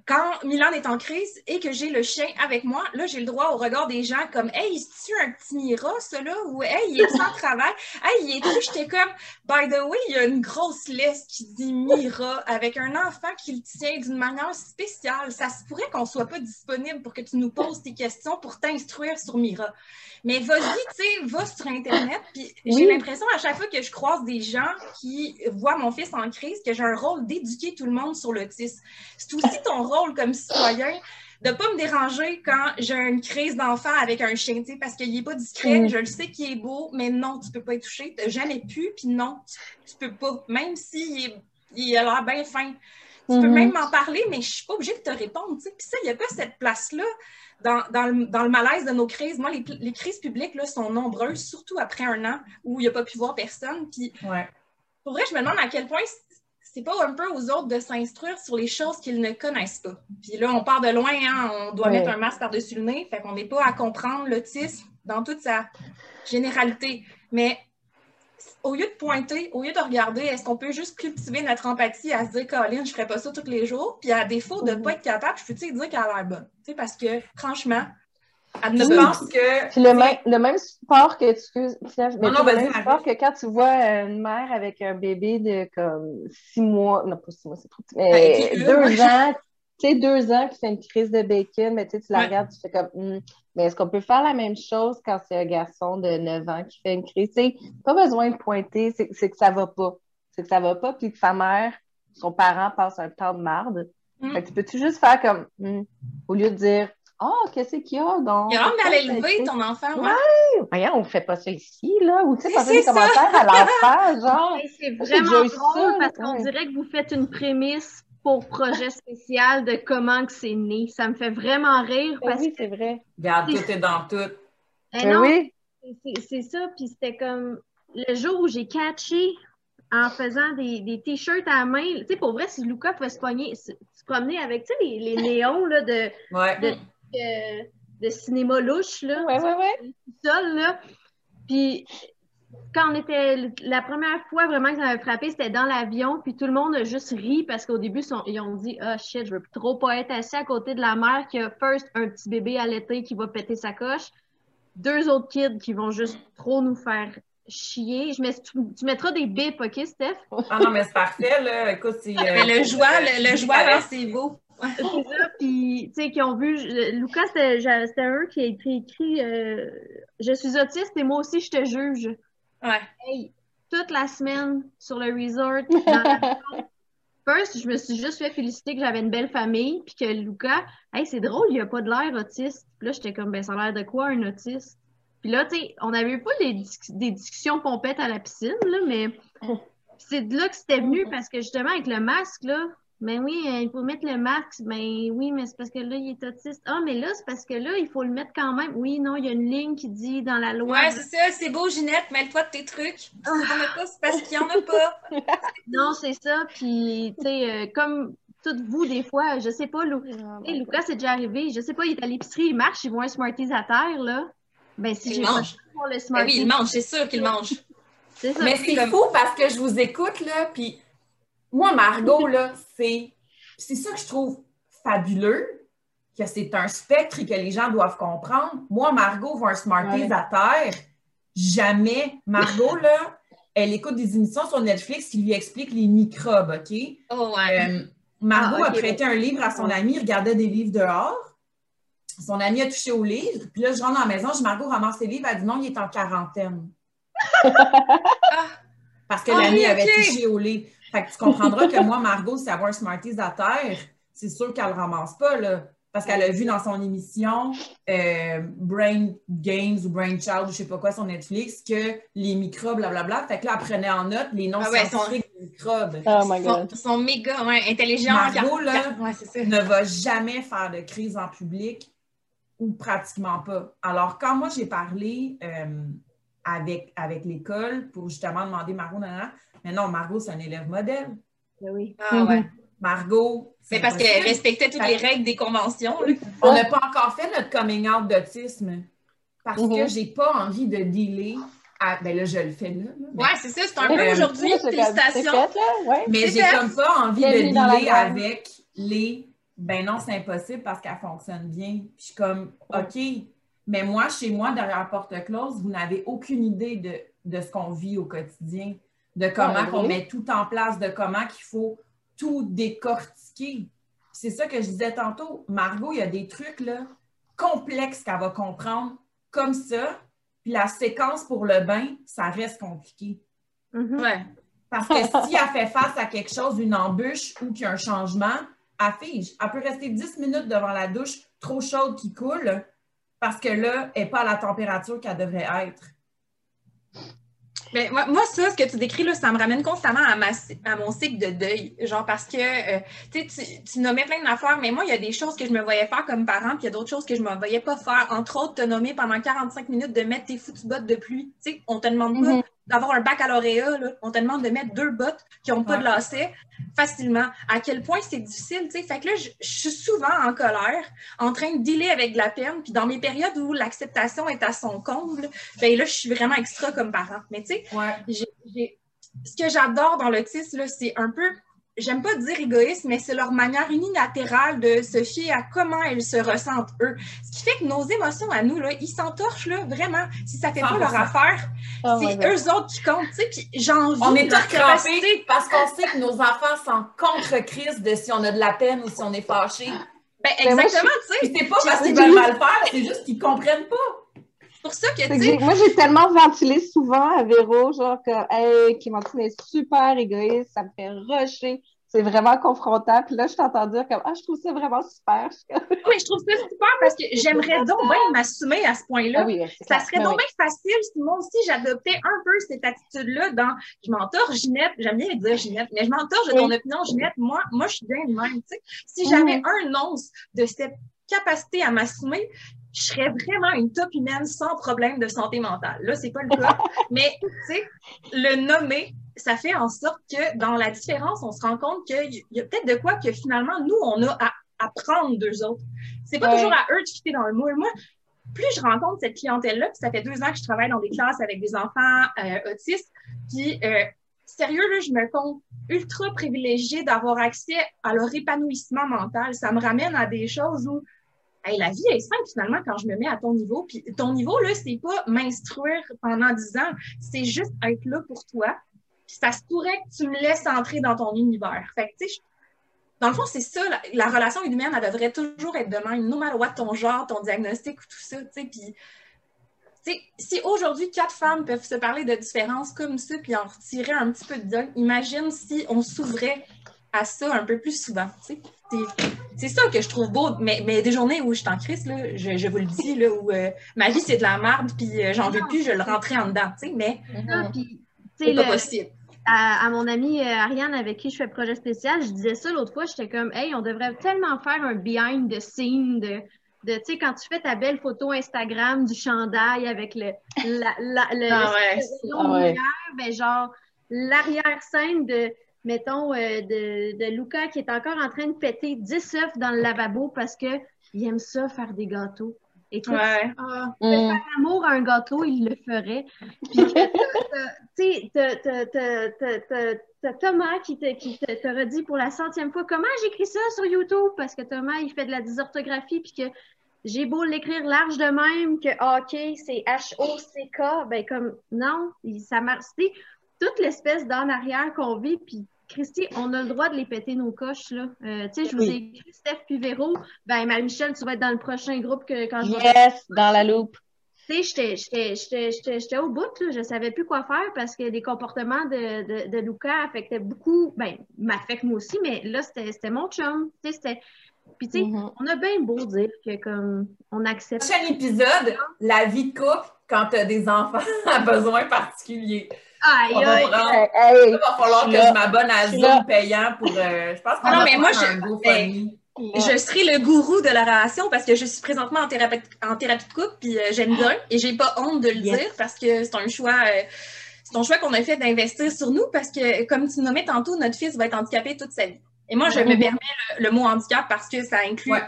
quand Milan est en crise et que j'ai le chien avec moi, là, j'ai le droit au regard des gens comme « Hey, est-tu un petit Mira, ça là? » ou « Hey, il est sans travail? » Hey, il est-tu? J'étais comme « By the way, il y a une grosse liste qui dit Mira avec un enfant qui le tient d'une manière spéciale. Ça se pourrait qu'on soit pas disponible pour que tu nous poses tes questions pour t'instruire sur Mira. Mais vas-y, tu sais, va sur Internet. » Puis j'ai l'impression à chaque fois que je croise des gens qui voient mon fils en crise que j'ai un rôle d'éduquer tout le monde sur l'autisme. C'est aussi ton rôle comme citoyen de ne pas me déranger quand j'ai une crise d'enfant avec un chien, tu sais, parce qu'il n'est pas discret, je le sais qu'il est beau, mais non, tu ne peux pas y toucher, tu n'as jamais pu, puis non, tu ne peux pas, même s'il il a l'air bien fin. Tu peux même m'en parler, mais je ne suis pas obligée de te répondre, tu sais. Puis ça, il n'y a pas cette place-là dans le malaise de nos crises. Moi, les crises publiques là, sont nombreuses, surtout après un an où il n'a pas pu voir personne. Puis pour vrai, je me demande à quel point c'est pas un peu aux autres de s'instruire sur les choses qu'ils ne connaissent pas. Puis là, on part de loin, hein, on doit mettre un masque par-dessus le nez, fait qu'on n'est pas à comprendre l'autisme dans toute sa généralité. Mais au lieu de pointer, au lieu de regarder, est-ce qu'on peut juste cultiver notre empathie à se dire « Colin, je ferais pas ça tous les jours », puis à défaut de ne pas être capable, je peux te dire qu'elle a l'air bonne. Tu sais, parce que, franchement, je pense que... Puis le même support que vas-y, support que quand tu vois une mère avec un bébé de comme 6 mois, non pas 6 mois, c'est trop petit, mais 2 ans, tu sais, 2 ans qui fait une crise de bacon, mais tu la regardes, tu fais comme mais est-ce qu'on peut faire la même chose quand c'est un garçon de 9 ans qui fait une crise? Tu sais, pas besoin de pointer, c'est que ça va pas. C'est que ça va pas, puis que sa mère, son parent passe un temps de marde. Fait que tu peux-tu juste faire comme au lieu de dire qu'est-ce qu'il y a donc? Il y a hâte d'aller lever ton enfant, Voyons, on fait pas ça ici, là. Ou tu sais, passer des commentaires à l'enfant, genre. C'est vraiment drôle parce qu'on dirait que vous faites une prémisse pour projet spécial de comment que c'est né. Ça me fait vraiment rire parce oui, c'est vrai. Regarde, tout est dans tout. Non, c'est ça. Puis c'était comme le jour où j'ai catché en faisant des t-shirts à la main. Tu sais, pour vrai, si Luca pouvait se promener avec, tu sais, les néons là, de cinéma louche, là. Seul, là. Puis, quand on était... La première fois vraiment que ça m'avait frappé, c'était dans l'avion, puis tout le monde a juste ri parce qu'au début, ils ont dit « Ah, shit, je veux trop pas être assis à côté de la mère qui a first un petit bébé allaité qui va péter sa coche, 2 autres kids qui vont juste trop nous faire chier. » Tu mettras des bips, OK, Steph? Ah non, mais c'est parfait, là. Écoute, c'est... Mais le joie, là, c'est beau. C'est ça, puis, tu sais, qui ont vu... Lucas, c'était eux qui a écrit je suis autiste et moi aussi, je te juge. » Ouais. Hey, toute la semaine sur le resort, first, je me suis juste fait féliciter que j'avais une belle famille, puis que Lucas, hey, c'est drôle, il a pas de l'air autiste. Puis là, j'étais comme, ben, ça a l'air de quoi, un autiste? Puis là, tu sais, on avait eu pas des discussions pompettes à la piscine, là, mais c'est de là que c'était venu, parce que justement, avec le masque, là, ben oui, il faut mettre le masque. Ben oui, mais c'est parce que là, il est autiste. Ah, mais là, c'est parce que là, il faut le mettre quand même. Oui, non, il y a une ligne qui dit dans la loi. Ouais, c'est ça, c'est beau, Ginette, mêle-toi de tes trucs. Si il n'y en a pas, c'est parce qu'il n'y en a pas. Non, c'est ça. Puis, tu sais, comme toutes vous, des fois, je sais pas, Lucas, c'est déjà arrivé. Je sais pas, il est à l'épicerie, il marche, il voit un Smarties à terre, là. Ben, si j'ai pas pour le Smarties. Ben oui, il mange, c'est sûr qu'il mange. C'est ça. Mais c'est fou parce que je vous écoute, là, puis moi, Margot, là, c'est ça que je trouve fabuleux, que c'est un spectre et que les gens doivent comprendre. Moi, Margot voit un Smarties à terre. Jamais. Margot, là, elle écoute des émissions sur Netflix qui lui expliquent les microbes, OK? Oh, ouais. Margot a prêté un livre à son ami, il regardait des livres dehors. Son ami a touché au livre. Puis là, je rentre dans la maison, je dis, Margot ramasse ses livres. Elle dit non, il est en quarantaine. Parce que l'ami avait touché au livre. Fait que tu comprendras que moi, Margot, si elle voit un Smarties à terre, c'est sûr qu'elle ne le ramasse pas, là. Parce qu'elle a vu dans son émission Brain Games ou Brain Child, je ne sais pas quoi, sur Netflix, que les microbes, blablabla. Fait que là, elle prenait en note les noms scientifiques des microbes. Oh my God. Ils sont méga intelligents. Margot, là, c'est ça. ne va jamais faire de crise en public ou pratiquement pas. Alors, quand moi, j'ai parlé avec l'école pour justement demander Margot, mais non, Margot, c'est un élève modèle. Oui. Ah ouais. Margot, c'est parce qu'elle respectait toutes les règles des conventions. Là. On n'a pas encore fait notre coming out d'autisme parce que j'ai pas envie de dealer. Ben là, je le fais là. Ouais, c'est ça, c'est un peu aujourd'hui. Félicitations. Mais j'ai comme pas envie de dealer avec les ben non, c'est impossible parce qu'elle fonctionne bien. Puis je suis comme, OK, mais moi, chez moi, derrière la porte close, vous n'avez aucune idée de ce qu'on vit au quotidien, de comment qu'on met tout en place, de comment qu'il faut tout décortiquer. C'est ça que je disais tantôt. Margot, il y a des trucs là, complexes qu'elle va comprendre comme ça. Puis la séquence pour le bain, ça reste compliqué. Ouais. Parce que si elle fait face à quelque chose, une embûche ou qu'il y a un changement, elle fige. Elle peut rester 10 minutes devant la douche trop chaude qui coule parce que là, elle n'est pas à la température qu'elle devrait être. Mais moi, ça, ce que tu décris, là, ça me ramène constamment à mon cycle de deuil. Genre parce que, tu nommais plein d'affaires, mais moi, il y a des choses que je me voyais faire comme parent, puis il y a d'autres choses que je ne me voyais pas faire. Entre autres, te nommer pendant 45 minutes de mettre tes foutues bottes de pluie. Tu sais, on te demande pas d'avoir un baccalauréat, là. On te demande de mettre 2 bottes qui n'ont pas de lacets facilement. À quel point c'est difficile, tu sais. Fait que là, je suis souvent en colère, en train de dealer avec de la peine, puis dans mes périodes où l'acceptation est à son comble, ben là, je suis vraiment extra comme parent. Mais tu sais, ce que j'adore dans l'autisme, là, c'est un peu, j'aime pas dire égoïste, mais c'est leur manière unilatérale de se fier à comment elles se ressentent eux. Ce qui fait que nos émotions à nous, là, ils s'entorchent, là, vraiment. Si ça fait pas leur affaire, c'est eux autres qui comptent, tu sais, puis j'envie. On est tous crampés parce qu'on sait que nos enfants sont contre-crise de si on a de la peine ou si on est fâché. Ben, exactement, tu sais. C'est pas parce qu'ils veulent mal faire, c'est juste qu'ils comprennent pas. Pour ça que, tu sais... Moi, j'ai tellement ventilé souvent à Véro, genre que, hey, Clémentine est super égoïste, ça me fait rusher. C'est vraiment confrontant. Puis là, je t'entends dire comme, je trouve ça vraiment super. Oui, je trouve ça super parce que j'aimerais donc bien m'assumer à ce point-là. Ça serait donc bien facile si moi aussi j'adoptais un peu cette attitude-là dans, je m'entorche, Ginette, j'aime bien dire Ginette, mais je m'entorche de ton opinion, Ginette, moi, je suis bien de même, tu sais. Si j'avais un once de cette capacité à m'assumer, je serais vraiment une top humaine sans problème de santé mentale. Là, c'est pas le cas. Mais, tu sais, le nommer, ça fait en sorte que dans la différence, on se rend compte qu'il y a peut-être de quoi que finalement, nous, on a à apprendre d'eux autres. C'est pas toujours à eux de fitter dans le moule. Moi, plus je rencontre cette clientèle-là, puis ça fait 2 ans que je travaille dans des classes avec des enfants autistes, puis sérieux, là, je me compte ultra privilégiée d'avoir accès à leur épanouissement mental. Ça me ramène à des choses où la vie est simple finalement quand je me mets à ton niveau. Puis ton niveau, là, c'est pas m'instruire pendant 10 ans, c'est juste être là pour toi. Puis ça se pourrait que tu me laisses entrer dans ton univers. Fait que, tu sais, dans le fond, c'est ça, la relation humaine, elle devrait toujours être de même, no matter what ton genre, ton diagnostic ou tout ça, tu sais. Puis, tu sais, si aujourd'hui 4 femmes peuvent se parler de différences comme ça, puis en retirer un petit peu de dogme, imagine si on s'ouvrait à ça un peu plus souvent, tu sais. C'est ça que je trouve beau, mais des journées où je suis en crise, là, je vous le dis, là, où ma vie, c'est de la merde, puis j'en veux plus, je le rentrais en dedans, tu sais, mais c'est pas possible. À mon amie Ariane, avec qui je fais le projet spécial, je disais ça l'autre fois, j'étais comme, hey, on devrait tellement faire un behind the scene de tu sais, quand tu fais ta belle photo Instagram du chandail avec ben genre, l'arrière-scène de mettons, de Luca qui est encore en train de péter 10 œufs dans le lavabo parce qu'il aime ça faire des gâteaux. Écoute, faire l'amour à un gâteau, il le ferait. Puis, tu sais, t'as Thomas qui te redit pour la 100e fois comment j'écris ça sur YouTube parce que Thomas, il fait de la dysorthographie puis que j'ai beau l'écrire large de même que OK, c'est H-O-C-K, ben comme non, ça marche. Toute l'espèce d'en arrière qu'on vit, puis Christy, on a le droit de les péter nos coches, là. Tu sais, je vous ai écrit Steph puis Véro. Ben, Marie-Michel, tu vas être dans le prochain groupe quand je vais... Yes, dans la loupe. Tu sais, j'étais au bout, là. Je savais plus quoi faire parce que les comportements de Luca affectaient beaucoup, ben, m'affectent moi aussi, mais là, c'était mon chum. Tu sais, c'était... Puis, tu sais, on a bien beau dire que, comme, on accepte... Prochain épisode, la vie de couple quand tu as des enfants à besoins particuliers. Il va falloir que je m'abonne à Zoom payant pour... je pense qu'on va faire un GoFundMe. Je serai le gourou de la relation parce que je suis présentement en thérapie de couple, puis j'aime bien et j'ai pas honte de le dire parce que c'est un choix... c'est un choix qu'on a fait d'investir sur nous parce que, comme tu nommais tantôt, notre fils va être handicapé toute sa vie. Et moi, je me permets le mot handicap parce que ça inclut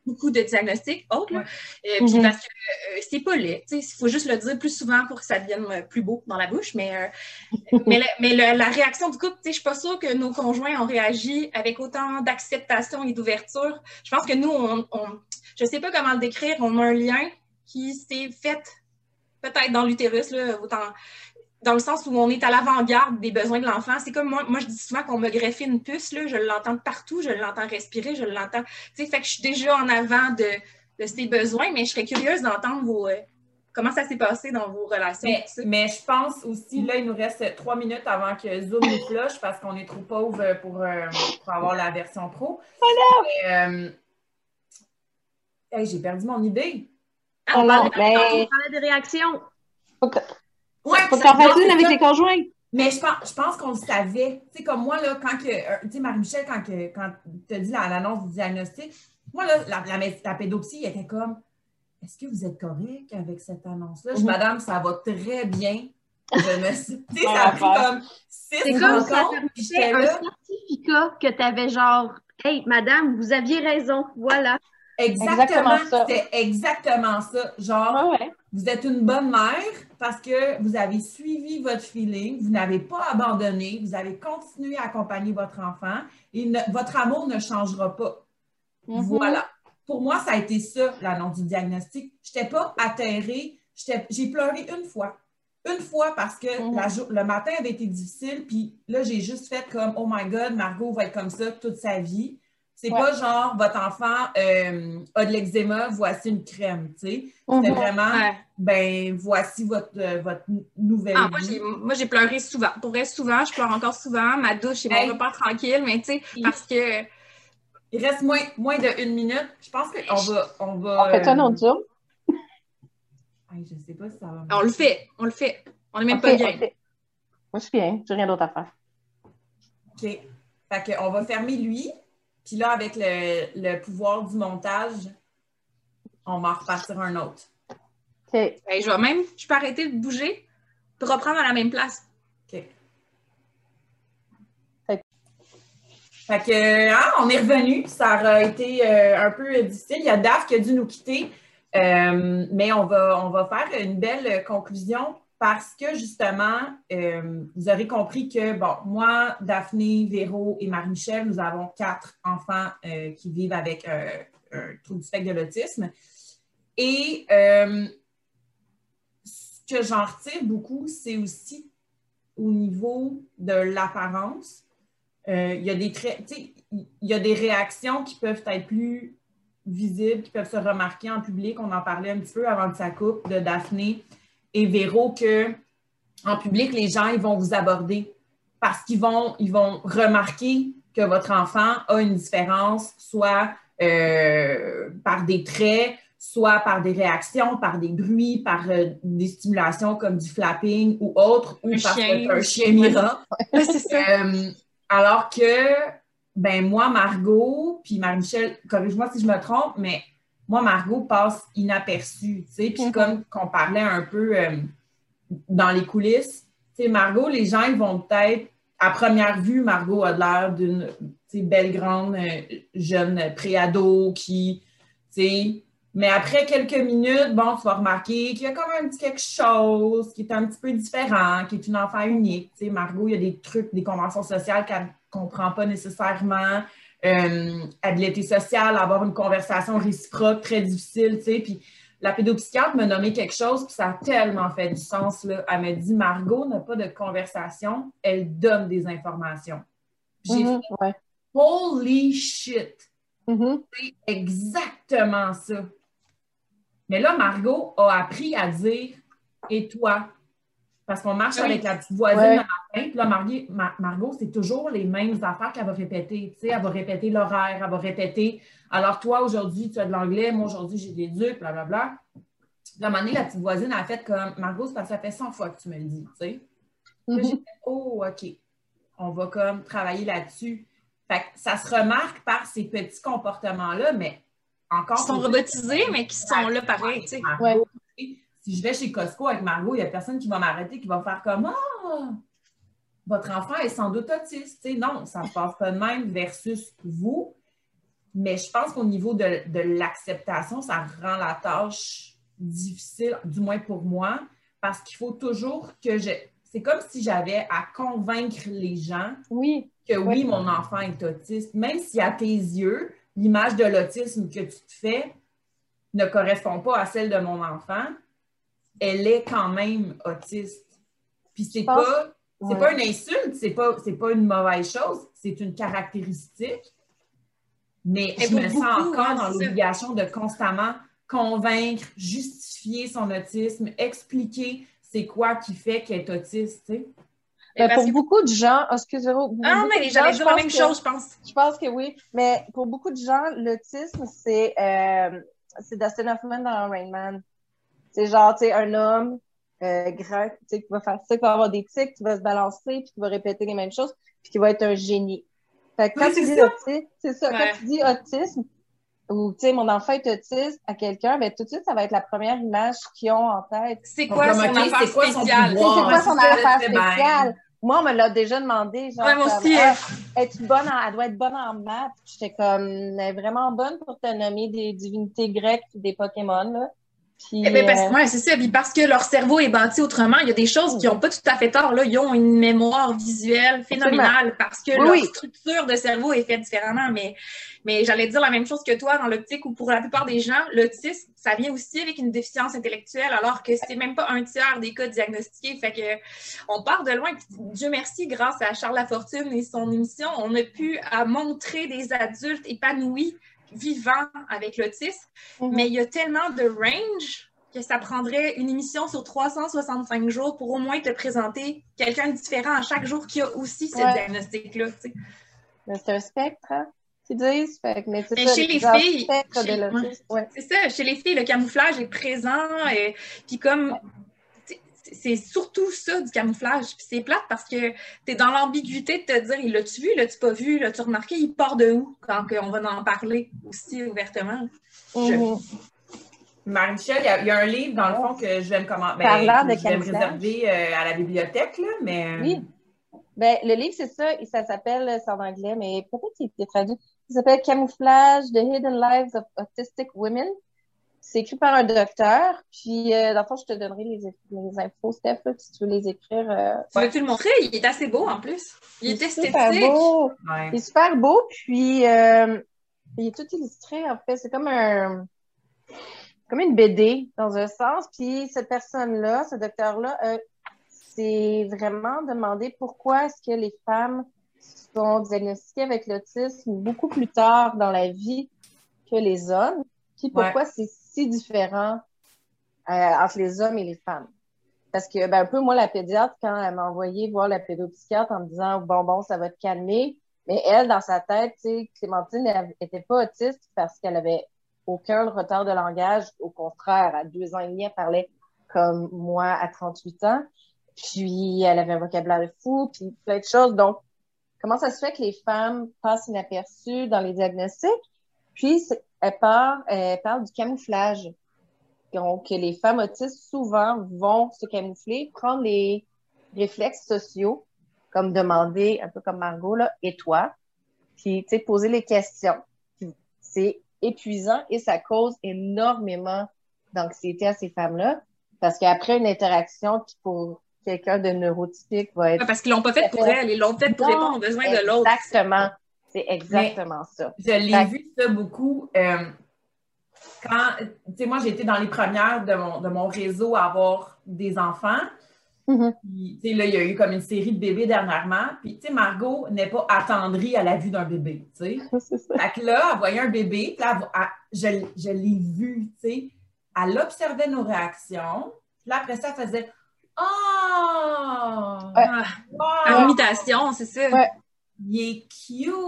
beaucoup de diagnostics autres. Là. Puis parce que c'est pas laid. Il faut juste le dire plus souvent pour que ça devienne plus beau dans la bouche. Mais la réaction du couple, je suis pas sûre que nos conjoints ont réagi avec autant d'acceptation et d'ouverture. Je pense que nous, je sais pas comment le décrire, on a un lien qui s'est fait peut-être dans l'utérus, là, autant dans le sens où on est à l'avant-garde des besoins de l'enfant. C'est comme moi je dis souvent qu'on me greffait une puce, là, je l'entends de partout, je l'entends respirer, je l'entends. Fait que je suis déjà en avant de ces besoins, mais je serais curieuse d'entendre comment ça s'est passé dans vos relations. Mais je pense aussi, là, il nous reste 3 minutes avant que Zoom nous flush parce qu'on est trop pauvre pour avoir la version pro. Voilà! J'ai perdu mon idée. On parlait des réactions. Faut que t'en fasses une avec les conjoints. Mais je pense qu'on le savait. Tu sais, comme moi, là, quand que. Tu sais, Marie-Michel, quand tu as dit l'annonce du diagnostic, moi, là, la pédopsie était comme est-ce que vous êtes correct avec cette annonce-là? Madame, ça va très bien. Je me suis. Tu sais, ça a pris comme 6 C'est comme si ça permettait un certificat que tu avais genre hey, madame, vous aviez raison, voilà. Exactement ça. C'est exactement ça. Genre, vous êtes une bonne mère parce que vous avez suivi votre feeling, vous n'avez pas abandonné, vous avez continué à accompagner votre enfant et votre amour ne changera pas. Voilà. Pour moi, ça a été ça, l'annonce du diagnostic. Je n'étais pas atterrée. J'ai pleuré une fois. Une fois parce que le matin avait été difficile, puis là, j'ai juste fait comme « Oh my God, Margot va être comme ça toute sa vie ». C'est pas genre, votre enfant a de l'eczéma, voici une crème, tu sais. C'était vraiment, ben, voici votre nouvelle vie. Moi, j'ai pleuré souvent. Pour vrai, souvent, je pleure encore souvent. Ma douche est mon repas tranquille, mais tu sais, parce que... Il reste moins de 1 minute. Je pense qu'on va... On fait un autre Zoom? Je sais pas si ça va... On le fait. On n'est même pas bien. Moi, je suis bien. J'ai rien d'autre à faire. OK. Fait qu'on va fermer lui. Puis là, avec le pouvoir du montage, on va en repartir un autre. OK. Je peux arrêter de bouger pour reprendre à la même place. OK. Fait que, on est revenu. Ça aura été un peu difficile. Il y a Daph qui a dû nous quitter. Mais on va faire une belle conclusion parce que, justement, vous aurez compris que, bon, moi, Daphné, Véro et Marie-Michel, nous avons 4 enfants qui vivent avec un trouble du spectre de l'autisme. Et ce que j'en retire beaucoup, c'est aussi au niveau de l'apparence. Il y a des réactions qui peuvent être plus visibles, qui peuvent se remarquer en public. On en parlait un petit peu avant de sa coupe de Daphné et Véro que en public, les gens ils vont vous aborder parce qu'ils vont remarquer que votre enfant a une différence, soit par des traits, soit par des réactions, par des bruits, par des stimulations comme du flapping ou autre, ou parce que c'est un chien Mira. C'est ça. Alors que, ben moi, Margot, puis Marie-Michel, corrige-moi si je me trompe, mais moi, Margot passe inaperçue, tu sais, puis comme qu'on parlait un peu dans les coulisses, tu sais, Margot, les gens, ils vont peut-être, à première vue, Margot a l'air d'une belle grande jeune préado qui, tu sais, mais après quelques minutes, bon, tu vas remarquer qu'il y a comme un petit quelque chose qui est un petit peu différent, qui est une enfant unique. Tu sais, Margot, il y a des trucs, des conventions sociales qu'elle ne comprend pas nécessairement. Habileté sociale, avoir une conversation réciproque, très difficile, tu sais. Puis la pédopsychiatre m'a nommé quelque chose, puis ça a tellement fait du sens, là. Elle m'a dit, Margot n'a pas de conversation, elle donne des informations. J'ai fait, holy shit! C'est exactement ça. Mais là, Margot a appris à dire « et toi ». Parce qu'on marche avec la petite voisine le matin, puis là, Margot, c'est toujours les mêmes affaires qu'elle va répéter. Tu sais, elle va répéter l'horaire, elle va répéter « alors toi, aujourd'hui, tu as de l'anglais, moi, aujourd'hui, j'ai de l'éduc, blablabla ». Puis à un moment donné, la petite voisine a fait comme « Margot, c'est parce que ça fait 100 fois que tu me le dis. » tu sais. Là, j'ai fait « oh, OK, on va comme travailler là-dessus ». Fait que ça se remarque par ces petits comportements-là, mais encore... Qui sont robotisés, mais qui sont là pareil, tu sais. Si je vais chez Costco avec Margot, il n'y a personne qui va m'arrêter, qui va faire comme « ah, votre enfant est sans doute autiste. » Tu sais, non, ça ne se passe pas de même versus vous. Mais je pense qu'au niveau de l'acceptation, ça rend la tâche difficile, du moins pour moi, parce qu'il faut toujours que c'est comme si j'avais à convaincre les gens que oui, mon enfant est autiste, même si à tes yeux, l'image de l'autisme que tu te fais ne correspond pas à celle de mon enfant, elle est quand même autiste. Puis c'est pas une insulte, c'est pas une mauvaise chose, c'est une caractéristique. Mais je me sens encore dans l'obligation de constamment convaincre, justifier son autisme, expliquer c'est quoi qui fait qu'elle est autiste, tu sais. Pour beaucoup de gens, excusez-moi. Mais j'allais dire la même chose, je pense. Je pense que oui, mais pour beaucoup de gens, l'autisme, c'est Dustin Hoffman dans Rain Man. C'est genre, tu sais, un homme grand, tu sais, qui va faire ça, qui va avoir des tics, qui va se balancer, puis qui va répéter les mêmes choses, puis qui va être un génie. Fait que quand tu dis autisme, c'est ça, quand tu dis autisme, ou tu sais, mon enfant est autiste à quelqu'un, ben tout de suite, ça va être la première image qu'ils ont en tête. C'est quoi son affaire spéciale? C'est quoi son affaire spéciale? Moi, on me l'a déjà demandé, genre, moi aussi. es-tu bonne elle doit être bonne en maths. J'étais comme, elle est vraiment bonne pour te nommer des divinités grecques et des Pokémon, là. Puis, c'est ça. Puis parce que leur cerveau est bâti autrement, il y a des choses qui n'ont pas tout à fait tort. Là. Ils ont une mémoire visuelle phénoménale parce que leur structure de cerveau est faite différemment. Mais j'allais dire la même chose que toi dans l'optique où pour la plupart des gens, l'autisme, ça vient aussi avec une déficience intellectuelle alors que c'est même pas un tiers des cas diagnostiqués. Fait que on part de loin. Puis, Dieu merci, grâce à Charles Lafortune et son émission, on a pu montrer des adultes épanouis vivant avec l'autisme, mais il y a tellement de range que ça prendrait une émission sur 365 jours pour au moins te présenter quelqu'un de différent à chaque jour qui a aussi ce diagnostic-là. Tu sais. C'est un spectre, hein? Tu dis, mais c'est ça, chez les filles, c'est ça, chez les filles, le camouflage est présent, puis comme c'est surtout ça du camouflage. Puis c'est plate parce que t'es dans l'ambiguïté de te dire, il l'a-tu vu, l'as-tu pas vu, l'as-tu remarqué, il part de où quand on va en parler aussi ouvertement. Marie-Michel, il y a un livre, dans le fond, que je vais me réserver à la bibliothèque, là, mais... Oui. Ben, le livre, c'est ça s'appelle, c'est en anglais, mais peut-être qu'il était traduit. Il s'appelle Camouflage, The Hidden Lives of Autistic Women. C'est écrit par un docteur, puis dans le fond, je te donnerai les infos, Steph, là, si tu veux les écrire. Tu veux-tu le montrer? Il est assez beau, en plus. Il est esthétique. Beau. Ouais. Il est super beau, puis il est tout illustré, en fait. C'est comme une BD, dans un sens. Puis cette personne-là, ce docteur-là, c'est vraiment demandé pourquoi est-ce que les femmes sont diagnostiquées avec l'autisme beaucoup plus tard dans la vie que les hommes. Puis pourquoi c'est si différent entre les hommes et les femmes. Parce que, un peu, moi, la pédiatre, quand elle m'a envoyé voir la pédopsychiatre en me disant « Bon, ça va te calmer », mais elle, dans sa tête, tu sais, Clémentine, elle était pas autiste parce qu'elle avait aucun retard de langage. Au contraire, à 2 ans et demi, elle parlait comme moi à 38 ans. Puis, elle avait un vocabulaire fou, puis plein de choses. Donc, comment ça se fait que les femmes passent inaperçues dans les diagnostics? Puis, elle parle du camouflage. Donc, les femmes autistes, souvent, vont se camoufler, prendre les réflexes sociaux, comme demander, un peu comme Margot, là, et toi? Puis, tu sais, poser les questions. Puis, c'est épuisant et ça cause énormément d'anxiété à ces femmes-là. Parce qu'après une interaction qui, pour quelqu'un de neurotypique, va être... parce qu'ils l'ont pas fait pour elle, ils l'ont fait pour répondre aux besoins de l'autre. Exactement. C'est exactement ça. Je l'ai vu ça beaucoup. Quand, tu sais, moi, j'ai été dans les premières de mon réseau à avoir des enfants. Puis, tu sais, là, il y a eu comme une série de bébés dernièrement. Puis, tu sais, Margot n'est pas attendrie à la vue d'un bébé, tu sais. Fait que là, elle voyait un bébé, puis là, je l'ai vu, tu sais. Elle observait nos réactions. Puis là, après ça, elle faisait « Oh! En imitation, c'est ça. Ouais. Il est cute! »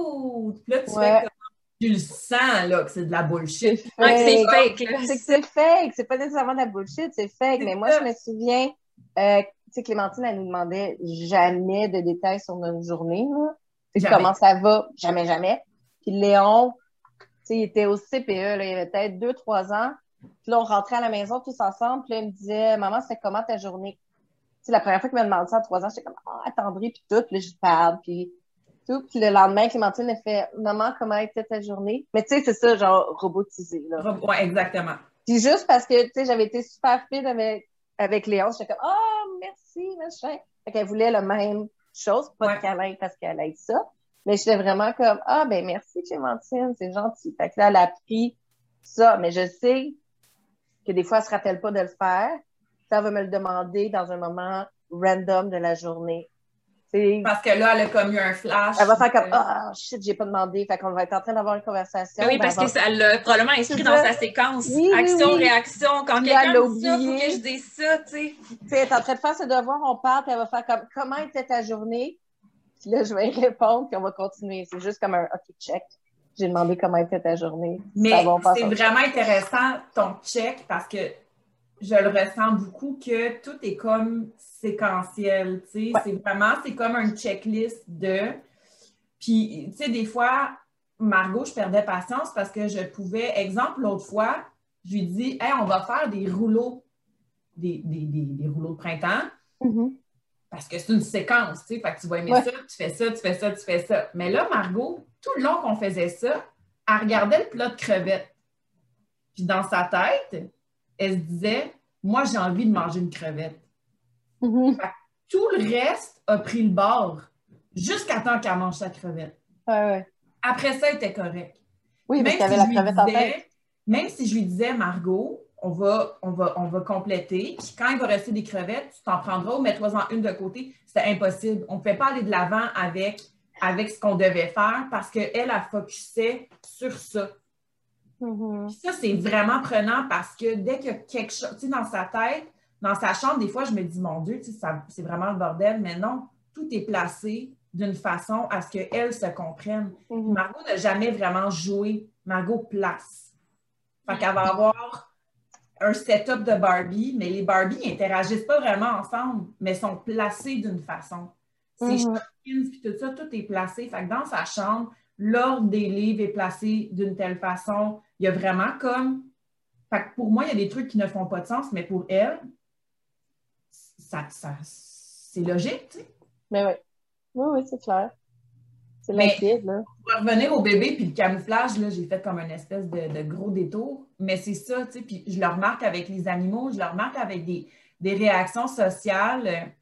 Puis là, tu fais comme... Tu le sens, là, que c'est de la bullshit. C'est fake, là. C'est fake. C'est pas nécessairement de la bullshit, c'est fake. Mais moi, je me souviens, tu sais, Clémentine, elle nous demandait jamais de détails sur notre journée, là. Comment ça va? Jamais, jamais. Puis Léon, tu sais, il était au CPE, là, il avait peut-être 2-3 ans. Puis là, on rentrait à la maison tous ensemble. Puis là, il me disait, maman, c'était comment ta journée? Tu sais, la première fois qu'il m'a demandé ça à 3 ans, j'étais comme, attendri, puis tout. Puis là, je parle, puis tout. Puis le lendemain, Clémentine a fait « Maman, comment était ta journée? » Mais tu sais, c'est ça, genre robotisé, là. Ouais, exactement. Puis juste parce que, tu sais, j'avais été super fine avec Léon, j'étais comme « Oh, merci, machin. » Fait qu'elle voulait la même chose, pas de câlin parce qu'elle aime ça. Mais j'étais vraiment comme « Ah, ben merci, Clémentine, c'est gentil. » Fait que là, elle a pris ça. Mais je sais que des fois, elle se rappelle pas de le faire. Ça va me le demander dans un moment random de la journée. T'sais, parce que là, elle a comme eu un flash. elle va faire comme « Ah, shit, j'ai pas demandé. » Fait qu'on va être en train d'avoir une conversation. Oui, parce que ça l'a probablement inscrit dans sa séquence. Oui, action, oui. réaction. Quand Puis quelqu'un dit ça, il faut que je dise ça, tu sais. Elle est en train de faire ses devoirs, on parle, puis elle va faire comme « Comment était ta journée? » Puis là, je vais y répondre, puis on va continuer. C'est juste comme un « OK, check. » J'ai demandé comment était ta journée. Mais c'est vraiment intéressant ton check parce que je le ressens beaucoup que tout est comme séquentiel, tu sais. Ouais. C'est comme une checklist de... Puis, tu sais, des fois, Margot, je perdais patience parce que je pouvais... Exemple, l'autre fois, je lui dis « Hey, on va faire des rouleaux, des rouleaux de printemps. Mm-hmm. » Parce que c'est une séquence, tu sais. Fait que tu vas aimer ça, tu fais ça, tu fais ça, tu fais ça. Mais là, Margot, tout le long qu'on faisait ça, elle regardait le plat de crevettes. Puis dans sa tête, elle se disait « Moi, j'ai envie de manger une crevette. » Mm-hmm. Tout le reste a pris le bord jusqu'à temps qu'elle mange sa crevette. Ouais. Après ça, elle était correcte. Oui, parce qu'elle avait la crevette en tête. Même si je lui disais « Margot, on va compléter. Puis quand il va rester des crevettes, tu t'en prendras ou mets-toi-en une de côté. » C'était impossible. On ne pouvait pas aller de l'avant avec ce qu'on devait faire parce qu'elle a focusé sur ça. Mm-hmm. Puis ça, c'est vraiment prenant parce que dès qu'il y a quelque chose, tu sais, dans sa tête, dans sa chambre, des fois, je me dis, mon Dieu, tu sais, c'est vraiment le bordel, mais non, tout est placé d'une façon à ce qu'elle se comprenne. Mm-hmm. Margot n'a jamais vraiment joué. Margot place. Fait qu'elle va avoir un setup de Barbie, mais les Barbies n'interagissent pas vraiment ensemble, mais sont placées d'une façon. Ces Shopkins puis tout ça, tout est placé. Fait que dans sa chambre, l'ordre des livres est placé d'une telle façon. Il y a vraiment comme... Fait que pour moi, il y a des trucs qui ne font pas de sens, mais pour elle, c'est logique, tu sais. Mais oui. Oui, c'est clair. C'est limpide, là. Pour revenir au bébé puis le camouflage, là, j'ai fait comme une espèce de gros détour. Mais c'est ça, tu sais. Puis je le remarque avec les animaux, je le remarque avec des réactions sociales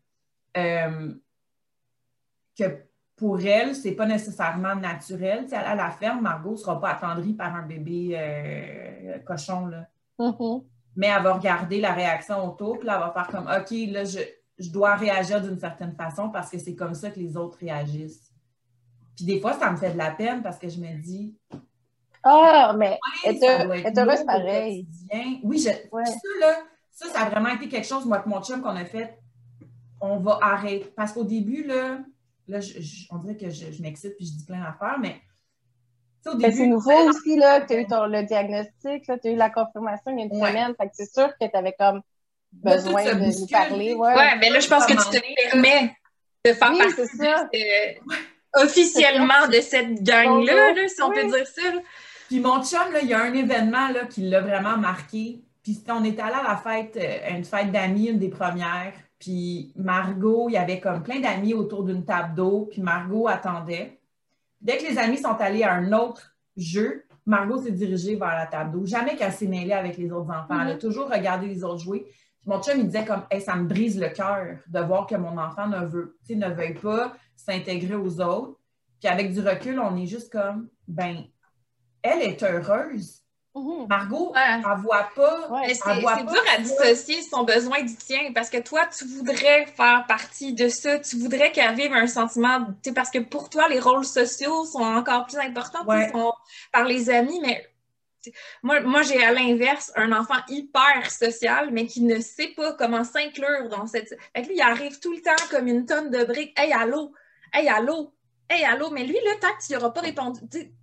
que pour elle, c'est pas nécessairement naturel. Tu sais, à la ferme, Margot ne sera pas attendrie par un bébé cochon, là. Mm-hmm. Mais elle va regarder la réaction autour, puis là, elle va faire comme « OK, là, je dois réagir d'une certaine façon parce que c'est comme ça que les autres réagissent. » Puis des fois, ça me fait de la peine parce que je me dis... Ah, mais elle est heureuse pareil. Oui, ça, là, ça a vraiment été quelque chose, moi et mon chum, qu'on a fait. On va arrêter. Parce qu'au début, là on dirait que je m'excite puis je dis plein d'affaires, mais au début... C'est nouveau aussi, là, que tu as eu le diagnostic, tu as eu la confirmation il y a une semaine. Fait que c'est sûr que tu avais comme besoin de nous parler. Ouais, mais là, je pense que tu te permets de faire partie officiellement de cette gang-là, là, si on peut dire ça. Là. Puis mon chum, là, il y a un événement là, qui l'a vraiment marqué. Puis on est allé à la fête, une fête d'amis, une des premières. Puis Margot, il y avait comme plein d'amis autour d'une table d'eau. Puis Margot attendait. Dès que les amis sont allés à un autre jeu, Margot s'est dirigée vers la table d'eau. Jamais qu'elle s'est mêlée avec les autres enfants. Elle a toujours regardé les autres jouer. Puis mon chum, il disait comme hey, ça me brise le cœur de voir que mon enfant ne veuille pas s'intégrer aux autres. Puis avec du recul, on est juste comme ben, elle est heureuse. Margot, elle ne voit pas. Ouais, c'est dur à dissocier son besoin du tien parce que toi, tu voudrais faire partie de ça. Tu voudrais qu'elle vive un sentiment. Parce que pour toi, les rôles sociaux sont encore plus importants par les amis. Mais moi, j'ai à l'inverse un enfant hyper social, mais qui ne sait pas comment s'inclure dans cette. Fait que lui, il arrive tout le temps comme une tonne de briques. Hey, allô! Hey, allô! Hey, allô! Mais lui, là, tant que tu n'y auras pas répondu.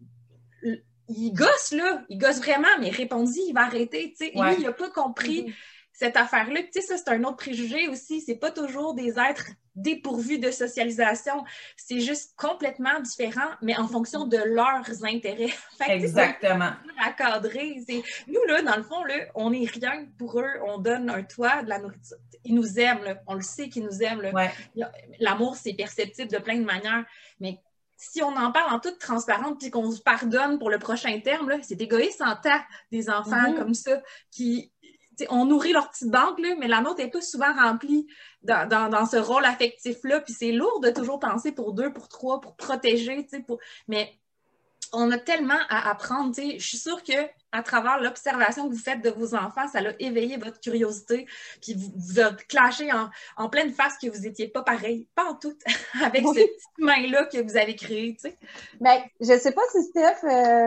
Il gosse, là. Il gosse vraiment, mais répondit, il va arrêter, tu sais. Lui, il n'a pas compris cette affaire-là. Tu sais, ça, c'est un autre préjugé aussi. C'est pas toujours des êtres dépourvus de socialisation. C'est juste complètement différent, mais en fonction de leurs intérêts. Fait que, exactement. À cadrer. Nous, là, dans le fond, là, on n'est rien pour eux. On donne un toit, de la nourriture. Ils nous aiment, là. On le sait qu'ils nous aiment, là. L'amour, c'est perceptible de plein de manières, mais si on en parle en toute transparence puis qu'on se pardonne pour le prochain terme, là, c'est égoïste en tas des enfants comme ça qui... On nourrit leur petite banque, là, mais la nôtre n'est pas souvent remplie dans ce rôle affectif-là. Puis c'est lourd de toujours penser pour 2, pour 3, pour protéger. Mais on a tellement à apprendre. Je suis sûre qu'à travers l'observation que vous faites de vos enfants, ça a éveillé votre curiosité. Puis vous a clashé en pleine face que vous n'étiez pas pareil, pas en tout, avec ce petit humain-là que vous avez créé. Ben, je ne sais pas si Steph,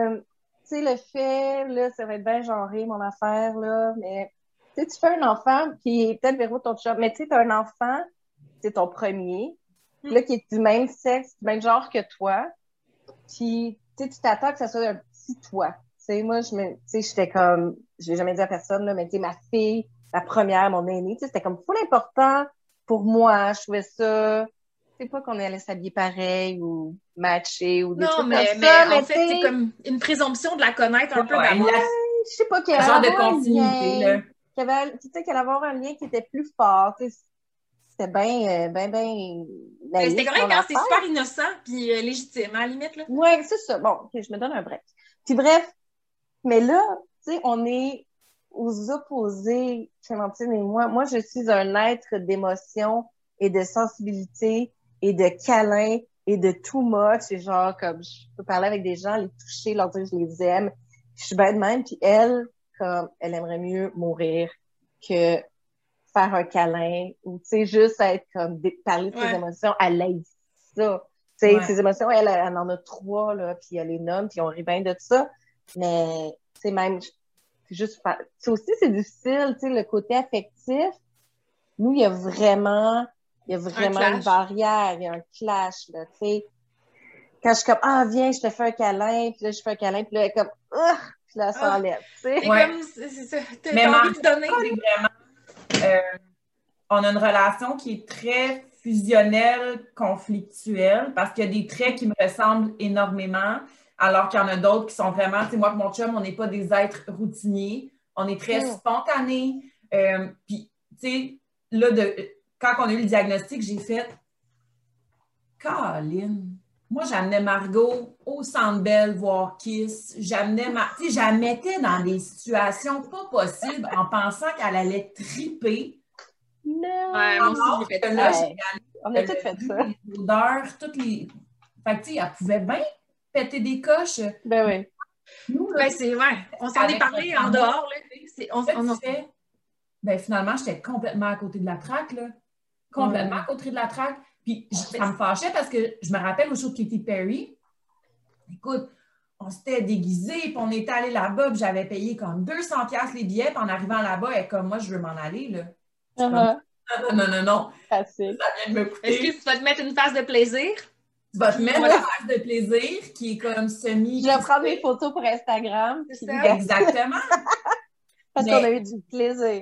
le fait, là, ça va être bien genré, mon affaire, là, mais tu fais un enfant, puis peut-être Véro, ton chum, mais tu sais, t'as un enfant, c'est ton premier, là, qui est du même sexe, du même genre que toi, puis tu t'attends que ça soit un petit toi. Tu sais, moi, j'étais comme, je l'ai jamais dit à personne, là, mais tu sais, ma fille, la première, mon aînée, tu sais, c'était comme full important pour moi. Je trouvais ça, c'est pas qu'on allait s'habiller pareil ou matcher ou des trucs comme ça. Mais en fait, c'est comme une présomption de la connaître un peu d'amour. Je sais pas, qu'il y un genre de continuité, là. Tu sais, qu'elle allait avoir un lien qui était plus fort, tu sais. C'était bien naïf. C'était correct quand c'est super innocent puis légitime, à la limite, là. Oui, c'est ça. Bon, OK, je me donne un break. Puis bref, mais là, tu sais, on est aux opposés, Clémentine et moi. Moi, je suis un être d'émotion et de sensibilité et de câlin et de too much. Et genre, comme, je peux parler avec des gens, les toucher, leur dire que je les aime. Je suis bien de même. Puis elle, comme, elle aimerait mieux mourir que faire un câlin ou, tu sais, juste être comme, parler de ses émotions. Elle aime ça. Tu sais, ses émotions, elle en a 3, là, puis elle les nomme, puis on rit bien de ça. Mais, tu sais, même, c'est juste, c'est aussi, c'est difficile, tu sais, le côté affectif. Nous, il y a vraiment une barrière, il y a un clash, là, tu sais. Quand je suis comme, viens, je te fais un câlin, puis là, je fais un câlin, puis là, elle est comme, puis là, ça enlève, tu sais. C'est ça. T'as envie de donner. C'est vraiment, on a une relation qui est très fusionnelle, conflictuelle, parce qu'il y a des traits qui me ressemblent énormément, alors qu'il y en a d'autres qui sont vraiment, tu sais, moi et mon chum, on n'est pas des êtres routiniers, on est très spontanés. Puis, tu sais, là, quand on a eu le diagnostic, j'ai fait Caroline, moi, j'amenais Margot au Centre Bell voir Kiss. Tu sais, je la mettais dans des situations pas possibles en pensant qu'elle allait triper. Non! Ouais, moi aussi, j'ai fait ça. On a toutes fait ça. Les odeurs, toutes les... Fait que, tu sais, elle pouvait bien péter des coches. Ben oui. Nous, là, on s'en est parlé en dehors, là. Ben, finalement, j'étais complètement à côté de la traque, là. Complètement à côté de la traque. Puis, ça me fâchait parce que je me rappelle au show de Katy Perry. Écoute, on s'était déguisés, puis on était allés là-bas, puis j'avais payé comme 200$ les billets, puis en arrivant là-bas, elle est comme, moi, je veux m'en aller, là. Non. Facile. Ça vient de me coûter. Est-ce que tu vas te mettre une phase de plaisir? Tu vas te mettre une phase de plaisir qui est comme semi... Je vais prendre des photos pour Instagram. C'est ça. Exactement. Parce qu'on a eu du plaisir.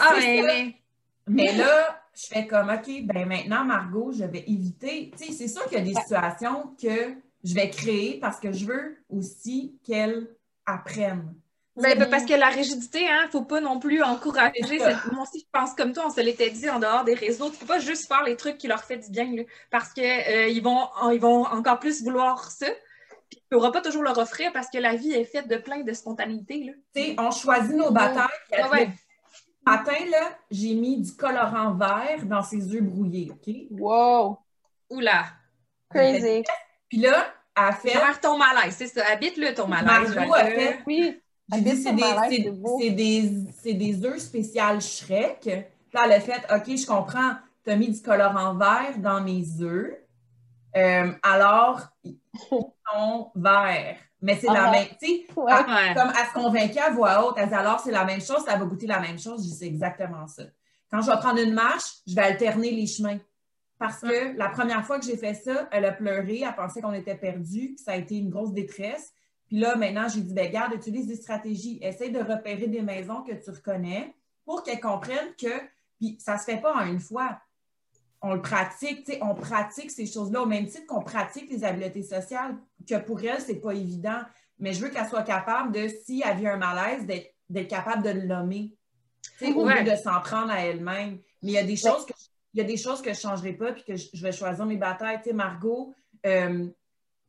Mais là, je fais comme, OK, ben maintenant, Margot, je vais éviter. Tu sais, c'est sûr qu'il y a des situations que je vais créer parce que je veux aussi qu'elle apprenne. Parce que la rigidité, il ne faut pas non plus encourager. Moi aussi, je pense comme toi, on se l'était dit en dehors des réseaux. Tu ne peux pas juste faire les trucs qui leur font du bien, là, parce qu'ils vont encore plus vouloir ça. Puis tu ne pourras pas toujours leur offrir parce que la vie est faite de plein de spontanéité. Tu sais, on choisit nos batailles. Ce matin, là, j'ai mis du colorant vert dans ses œufs brouillés, OK? Wow! Oula! Crazy! Puis là, elle a fait... Faire ton malaise, c'est ça. Habite-le, ton malaise. Margot a fait... Oui! J'ai dit, c'est des œufs spécial Shrek. Puis là, elle a fait, OK, je comprends, tu as mis du colorant vert dans mes œufs. Alors, ils sont verts. Mais c'est la même, tu sais, comme elle se convainquait à voix haute, elle dit, alors c'est la même chose, ça va goûter la même chose. Je dis, c'est exactement ça. Quand je vais prendre une marche, je vais alterner les chemins. Parce que la première fois que j'ai fait ça, elle a pleuré, elle pensait qu'on était perdus, que ça a été une grosse détresse. Puis là, maintenant, j'ai dit, ben garde, utilise des stratégies. Essaye de repérer des maisons que tu reconnais pour qu'elle comprenne que, puis ça se fait pas en une fois. On le pratique, tu sais, on pratique ces choses-là au même titre qu'on pratique les habiletés sociales, que pour elle, c'est pas évident. Mais je veux qu'elle soit capable de, si elle vit un malaise, d'être capable de le nommer, tu sais, au lieu de s'en prendre à elle-même. Mais il y a des choses que je changerai pas puis que je vais choisir mes batailles. Tu sais, Margot,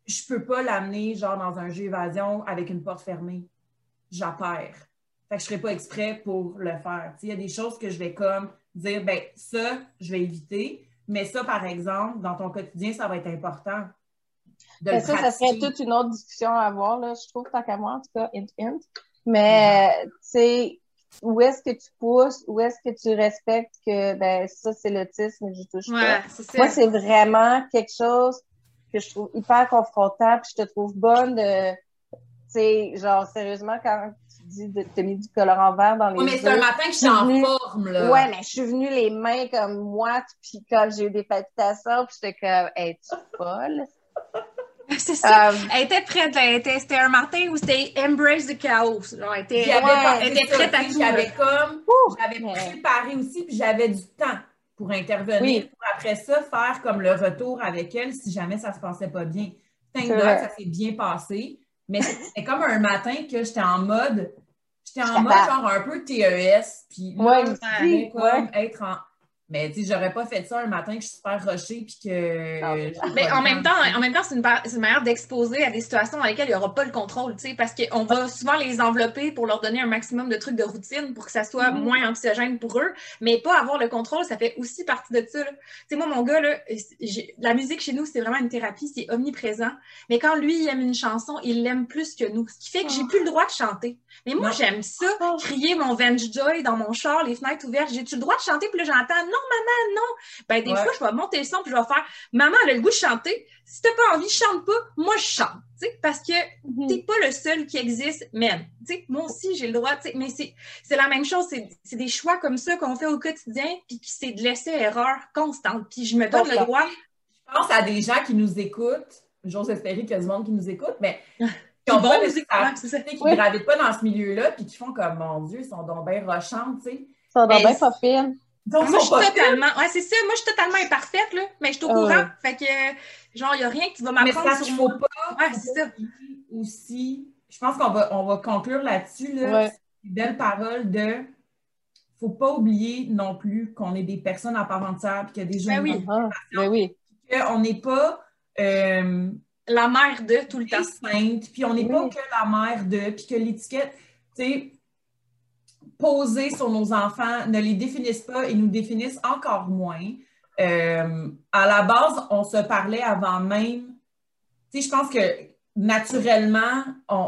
je peux pas l'amener genre dans un jeu évasion avec une porte fermée. J'apperds. Fait que je ferai pas exprès pour le faire. Il y a des choses que je vais comme dire, ben ça, je vais éviter, mais ça, par exemple, dans ton quotidien, ça va être important de le ça pratiquer. serait toute une autre discussion à avoir, là, je trouve, tant qu'à moi, en tout cas, hint. Mais, tu sais, où est-ce que tu pousses, où est-ce que tu respectes que, ben, ça, c'est l'autisme, je touche pas. C'est ça. Moi, c'est vraiment quelque chose que je trouve hyper confrontant, puis je te trouve bonne de, tu sais, genre, sérieusement, quand tu dis de te mettre du colorant vert dans les Oui, mais c'est un yeux, matin que je suis en forme, là. Ouais, mais je suis venue les mains comme moi, puis comme j'ai eu des palpitations, puis j'étais comme, es-tu folle? C'est ça. Elle était prête. C'était un matin où c'était embrace the chaos. Genre, elle était prête à tout. J'avais préparé aussi, puis j'avais du temps pour intervenir, pour après ça faire comme le retour avec elle si jamais ça se passait pas bien. Thank God, ça s'est bien passé. Mais c'était comme un matin que j'étais en mode genre un peu TES, puis là, comme être en... Mais tu sais, j'aurais pas fait ça un matin que je suis super rushée puis que... Mais en même temps, c'est une manière d'exposer à des situations dans lesquelles il n'y aura pas le contrôle, tu sais, parce qu'on va souvent les envelopper pour leur donner un maximum de trucs de routine pour que ça soit moins anxiogène pour eux, mais pas avoir le contrôle, ça fait aussi partie de ça. Tu sais, moi, mon gars, là, la musique chez nous, c'est vraiment une thérapie, c'est omniprésent, mais quand lui, il aime une chanson, il l'aime plus que nous, ce qui fait que j'ai plus le droit de chanter. Mais moi, j'aime ça, crier mon Venge Joy dans mon char, les fenêtres ouvertes. J'ai-tu le droit de chanter? Puis là, j'entends, non, maman, non. Ben, des fois, je vais monter le son, puis je vais faire, maman, elle a le goût de chanter. Si t'as pas envie, chante pas. Moi, je chante. Tu sais, parce que t'es pas le seul qui existe, même. Tu sais, moi aussi, j'ai le droit, tu sais, mais c'est la même chose. C'est des choix comme ça qu'on fait au quotidien, puis c'est de laisser erreur constante. Puis je me donne le droit. Je pense à des gens qui nous écoutent. J'ose espérer qu'il y a du monde qui nous écoute, mais qui gravitent pas dans ce milieu-là, puis qui font comme, mon Dieu, ils sont donc bien rochants, tu sais. Ils sont donc bien pas fines. Moi, je suis totalement... Ouais, c'est ça. Moi, je suis totalement imparfaite, là, mais je suis au courant. Fait que, genre, il n'y a rien qui va m'apprendre sur moi. Ouais, c'est ça. Aussi, je pense qu'on va conclure là-dessus, là. C'est une belle parole de... Faut pas oublier non plus qu'on est des personnes à part entière, puis qu'il y a des gens qu'on n'est pas... la mère de tout le temps. Sainte, puis on n'est pas que la mère de, puis que l'étiquette, tu sais, posée sur nos enfants ne les définissent pas et nous définissent encore moins. À la base, on se parlait avant même. Tu sais, je pense que naturellement,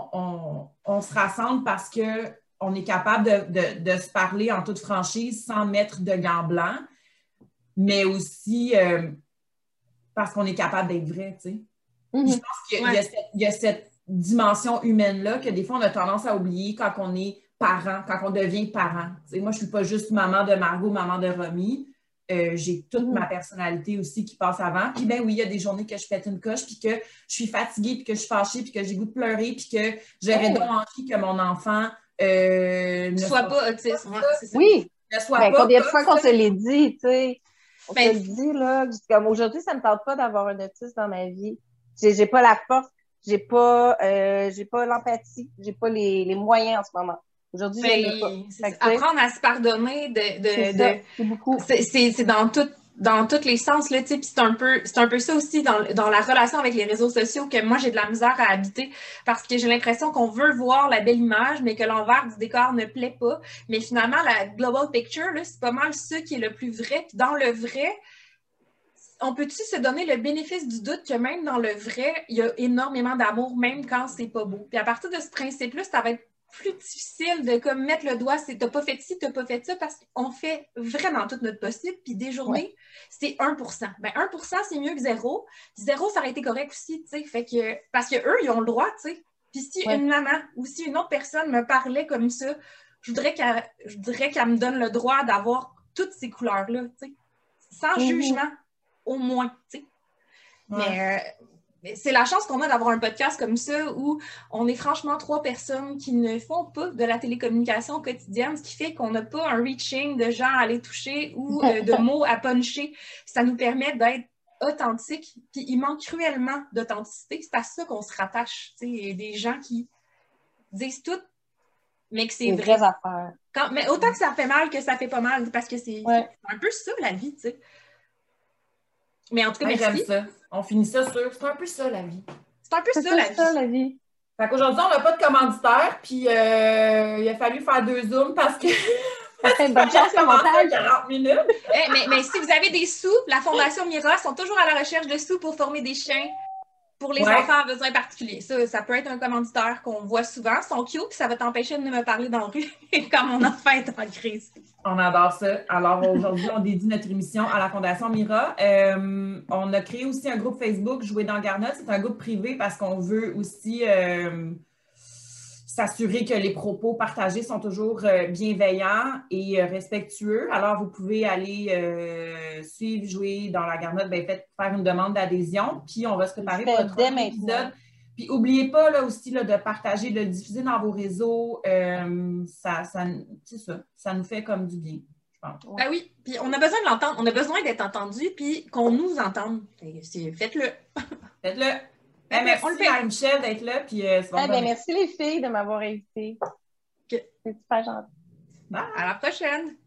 on se rassemble parce qu'on est capable de se parler en toute franchise sans mettre de gants blancs, mais aussi parce qu'on est capable d'être vrai, tu sais. Je pense qu'il y a cette dimension humaine-là que des fois, on a tendance à oublier quand on est parent, quand on devient parent. T'sais, moi, je ne suis pas juste maman de Margot, maman de Romy. J'ai toute ma personnalité aussi qui passe avant. Puis ben oui, il y a des journées que je pète une coche, puis que je suis fatiguée, puis que je suis fâchée, puis que j'ai goût de pleurer, puis que j'aurais donc envie que mon enfant ne soit pas autiste. Oui, ne soit pas combien de fois qu'on se l'est dit, tu sais. On se le dit, là, comme aujourd'hui, ça ne me tente pas d'avoir un autiste dans ma vie. J'ai pas la force, j'ai pas l'empathie, j'ai pas les moyens en ce moment. Aujourd'hui, apprendre à se pardonner c'est beaucoup. C'est dans tous les sens, là, tu sais, puis c'est un peu ça aussi dans la relation avec les réseaux sociaux que moi, j'ai de la misère à habiter parce que j'ai l'impression qu'on veut voir la belle image, mais que l'envers du décor ne plaît pas. Mais finalement, la global picture, là, c'est pas mal ça qui est le plus vrai. Puis dans le vrai, on peut-tu se donner le bénéfice du doute que même dans le vrai, il y a énormément d'amour, même quand c'est pas beau. Puis à partir de ce principe-là, ça va être plus difficile de comme mettre le doigt, c'est t'as pas fait ci, t'as pas fait ça, parce qu'on fait vraiment tout notre possible, puis des journées, c'est 1%. Ben 1%, c'est mieux que 0. 0, ça aurait été correct aussi, tu sais, fait que, parce que eux, ils ont le droit, tu sais. Puis si une maman ou si une autre personne me parlait comme ça, je voudrais qu'elle me donne le droit d'avoir toutes ces couleurs-là, tu sais, sans jugement, au moins, tu sais. Mais c'est la chance qu'on a d'avoir un podcast comme ça où on est franchement 3 personnes qui ne font pas de la télécommunication quotidienne, ce qui fait qu'on n'a pas un reaching de gens à aller toucher ou de mots à puncher. Ça nous permet d'être authentique. Puis il manque cruellement d'authenticité. C'est à ça qu'on se rattache. Il y a des gens qui disent tout, mais que c'est vrai. Affaires. Mais autant que ça fait mal que ça fait pas mal, parce que c'est un peu ça la vie, tu sais. Mais en tout cas, merci. J'aime ça. On finit ça sur. C'est un peu ça, la vie. C'est un peu ça, la vie. ça, la vie. Fait qu'aujourd'hui, on n'a pas de commanditaire, puis il a fallu faire 2 Zooms parce que Ça fait une bonne chance le montage. 40 minutes. Mais si vous avez des sous, la Fondation Mira sont toujours à la recherche de sous pour former des chiens pour les enfants à besoins particuliers. Ça peut être un commanditaire qu'on voit souvent. Ils sont cute, puis ça va t'empêcher de me parler dans la rue quand mon enfant est en crise. On adore ça. Alors aujourd'hui, on dédie notre émission à la Fondation Mira. On a créé aussi un groupe Facebook, Jouer dans Garnotte. C'est un groupe privé parce qu'on veut aussi s'assurer que les propos partagés sont toujours bienveillants et respectueux. Alors, vous pouvez aller suivre Jouer dans la Garnotte, faire une demande d'adhésion, puis on va se préparer pour notre prochain épisode. Puis, n'oubliez pas là, aussi là, de partager, de le diffuser dans vos réseaux. Ça nous fait comme du bien, je pense. Ah oui, puis on a besoin de l'entendre. On a besoin d'être entendu, puis qu'on nous entende. Faites-le. Faites-le. Merci à Michel d'être là. Puis, merci les filles de m'avoir invitée. C'est super gentil. À la prochaine.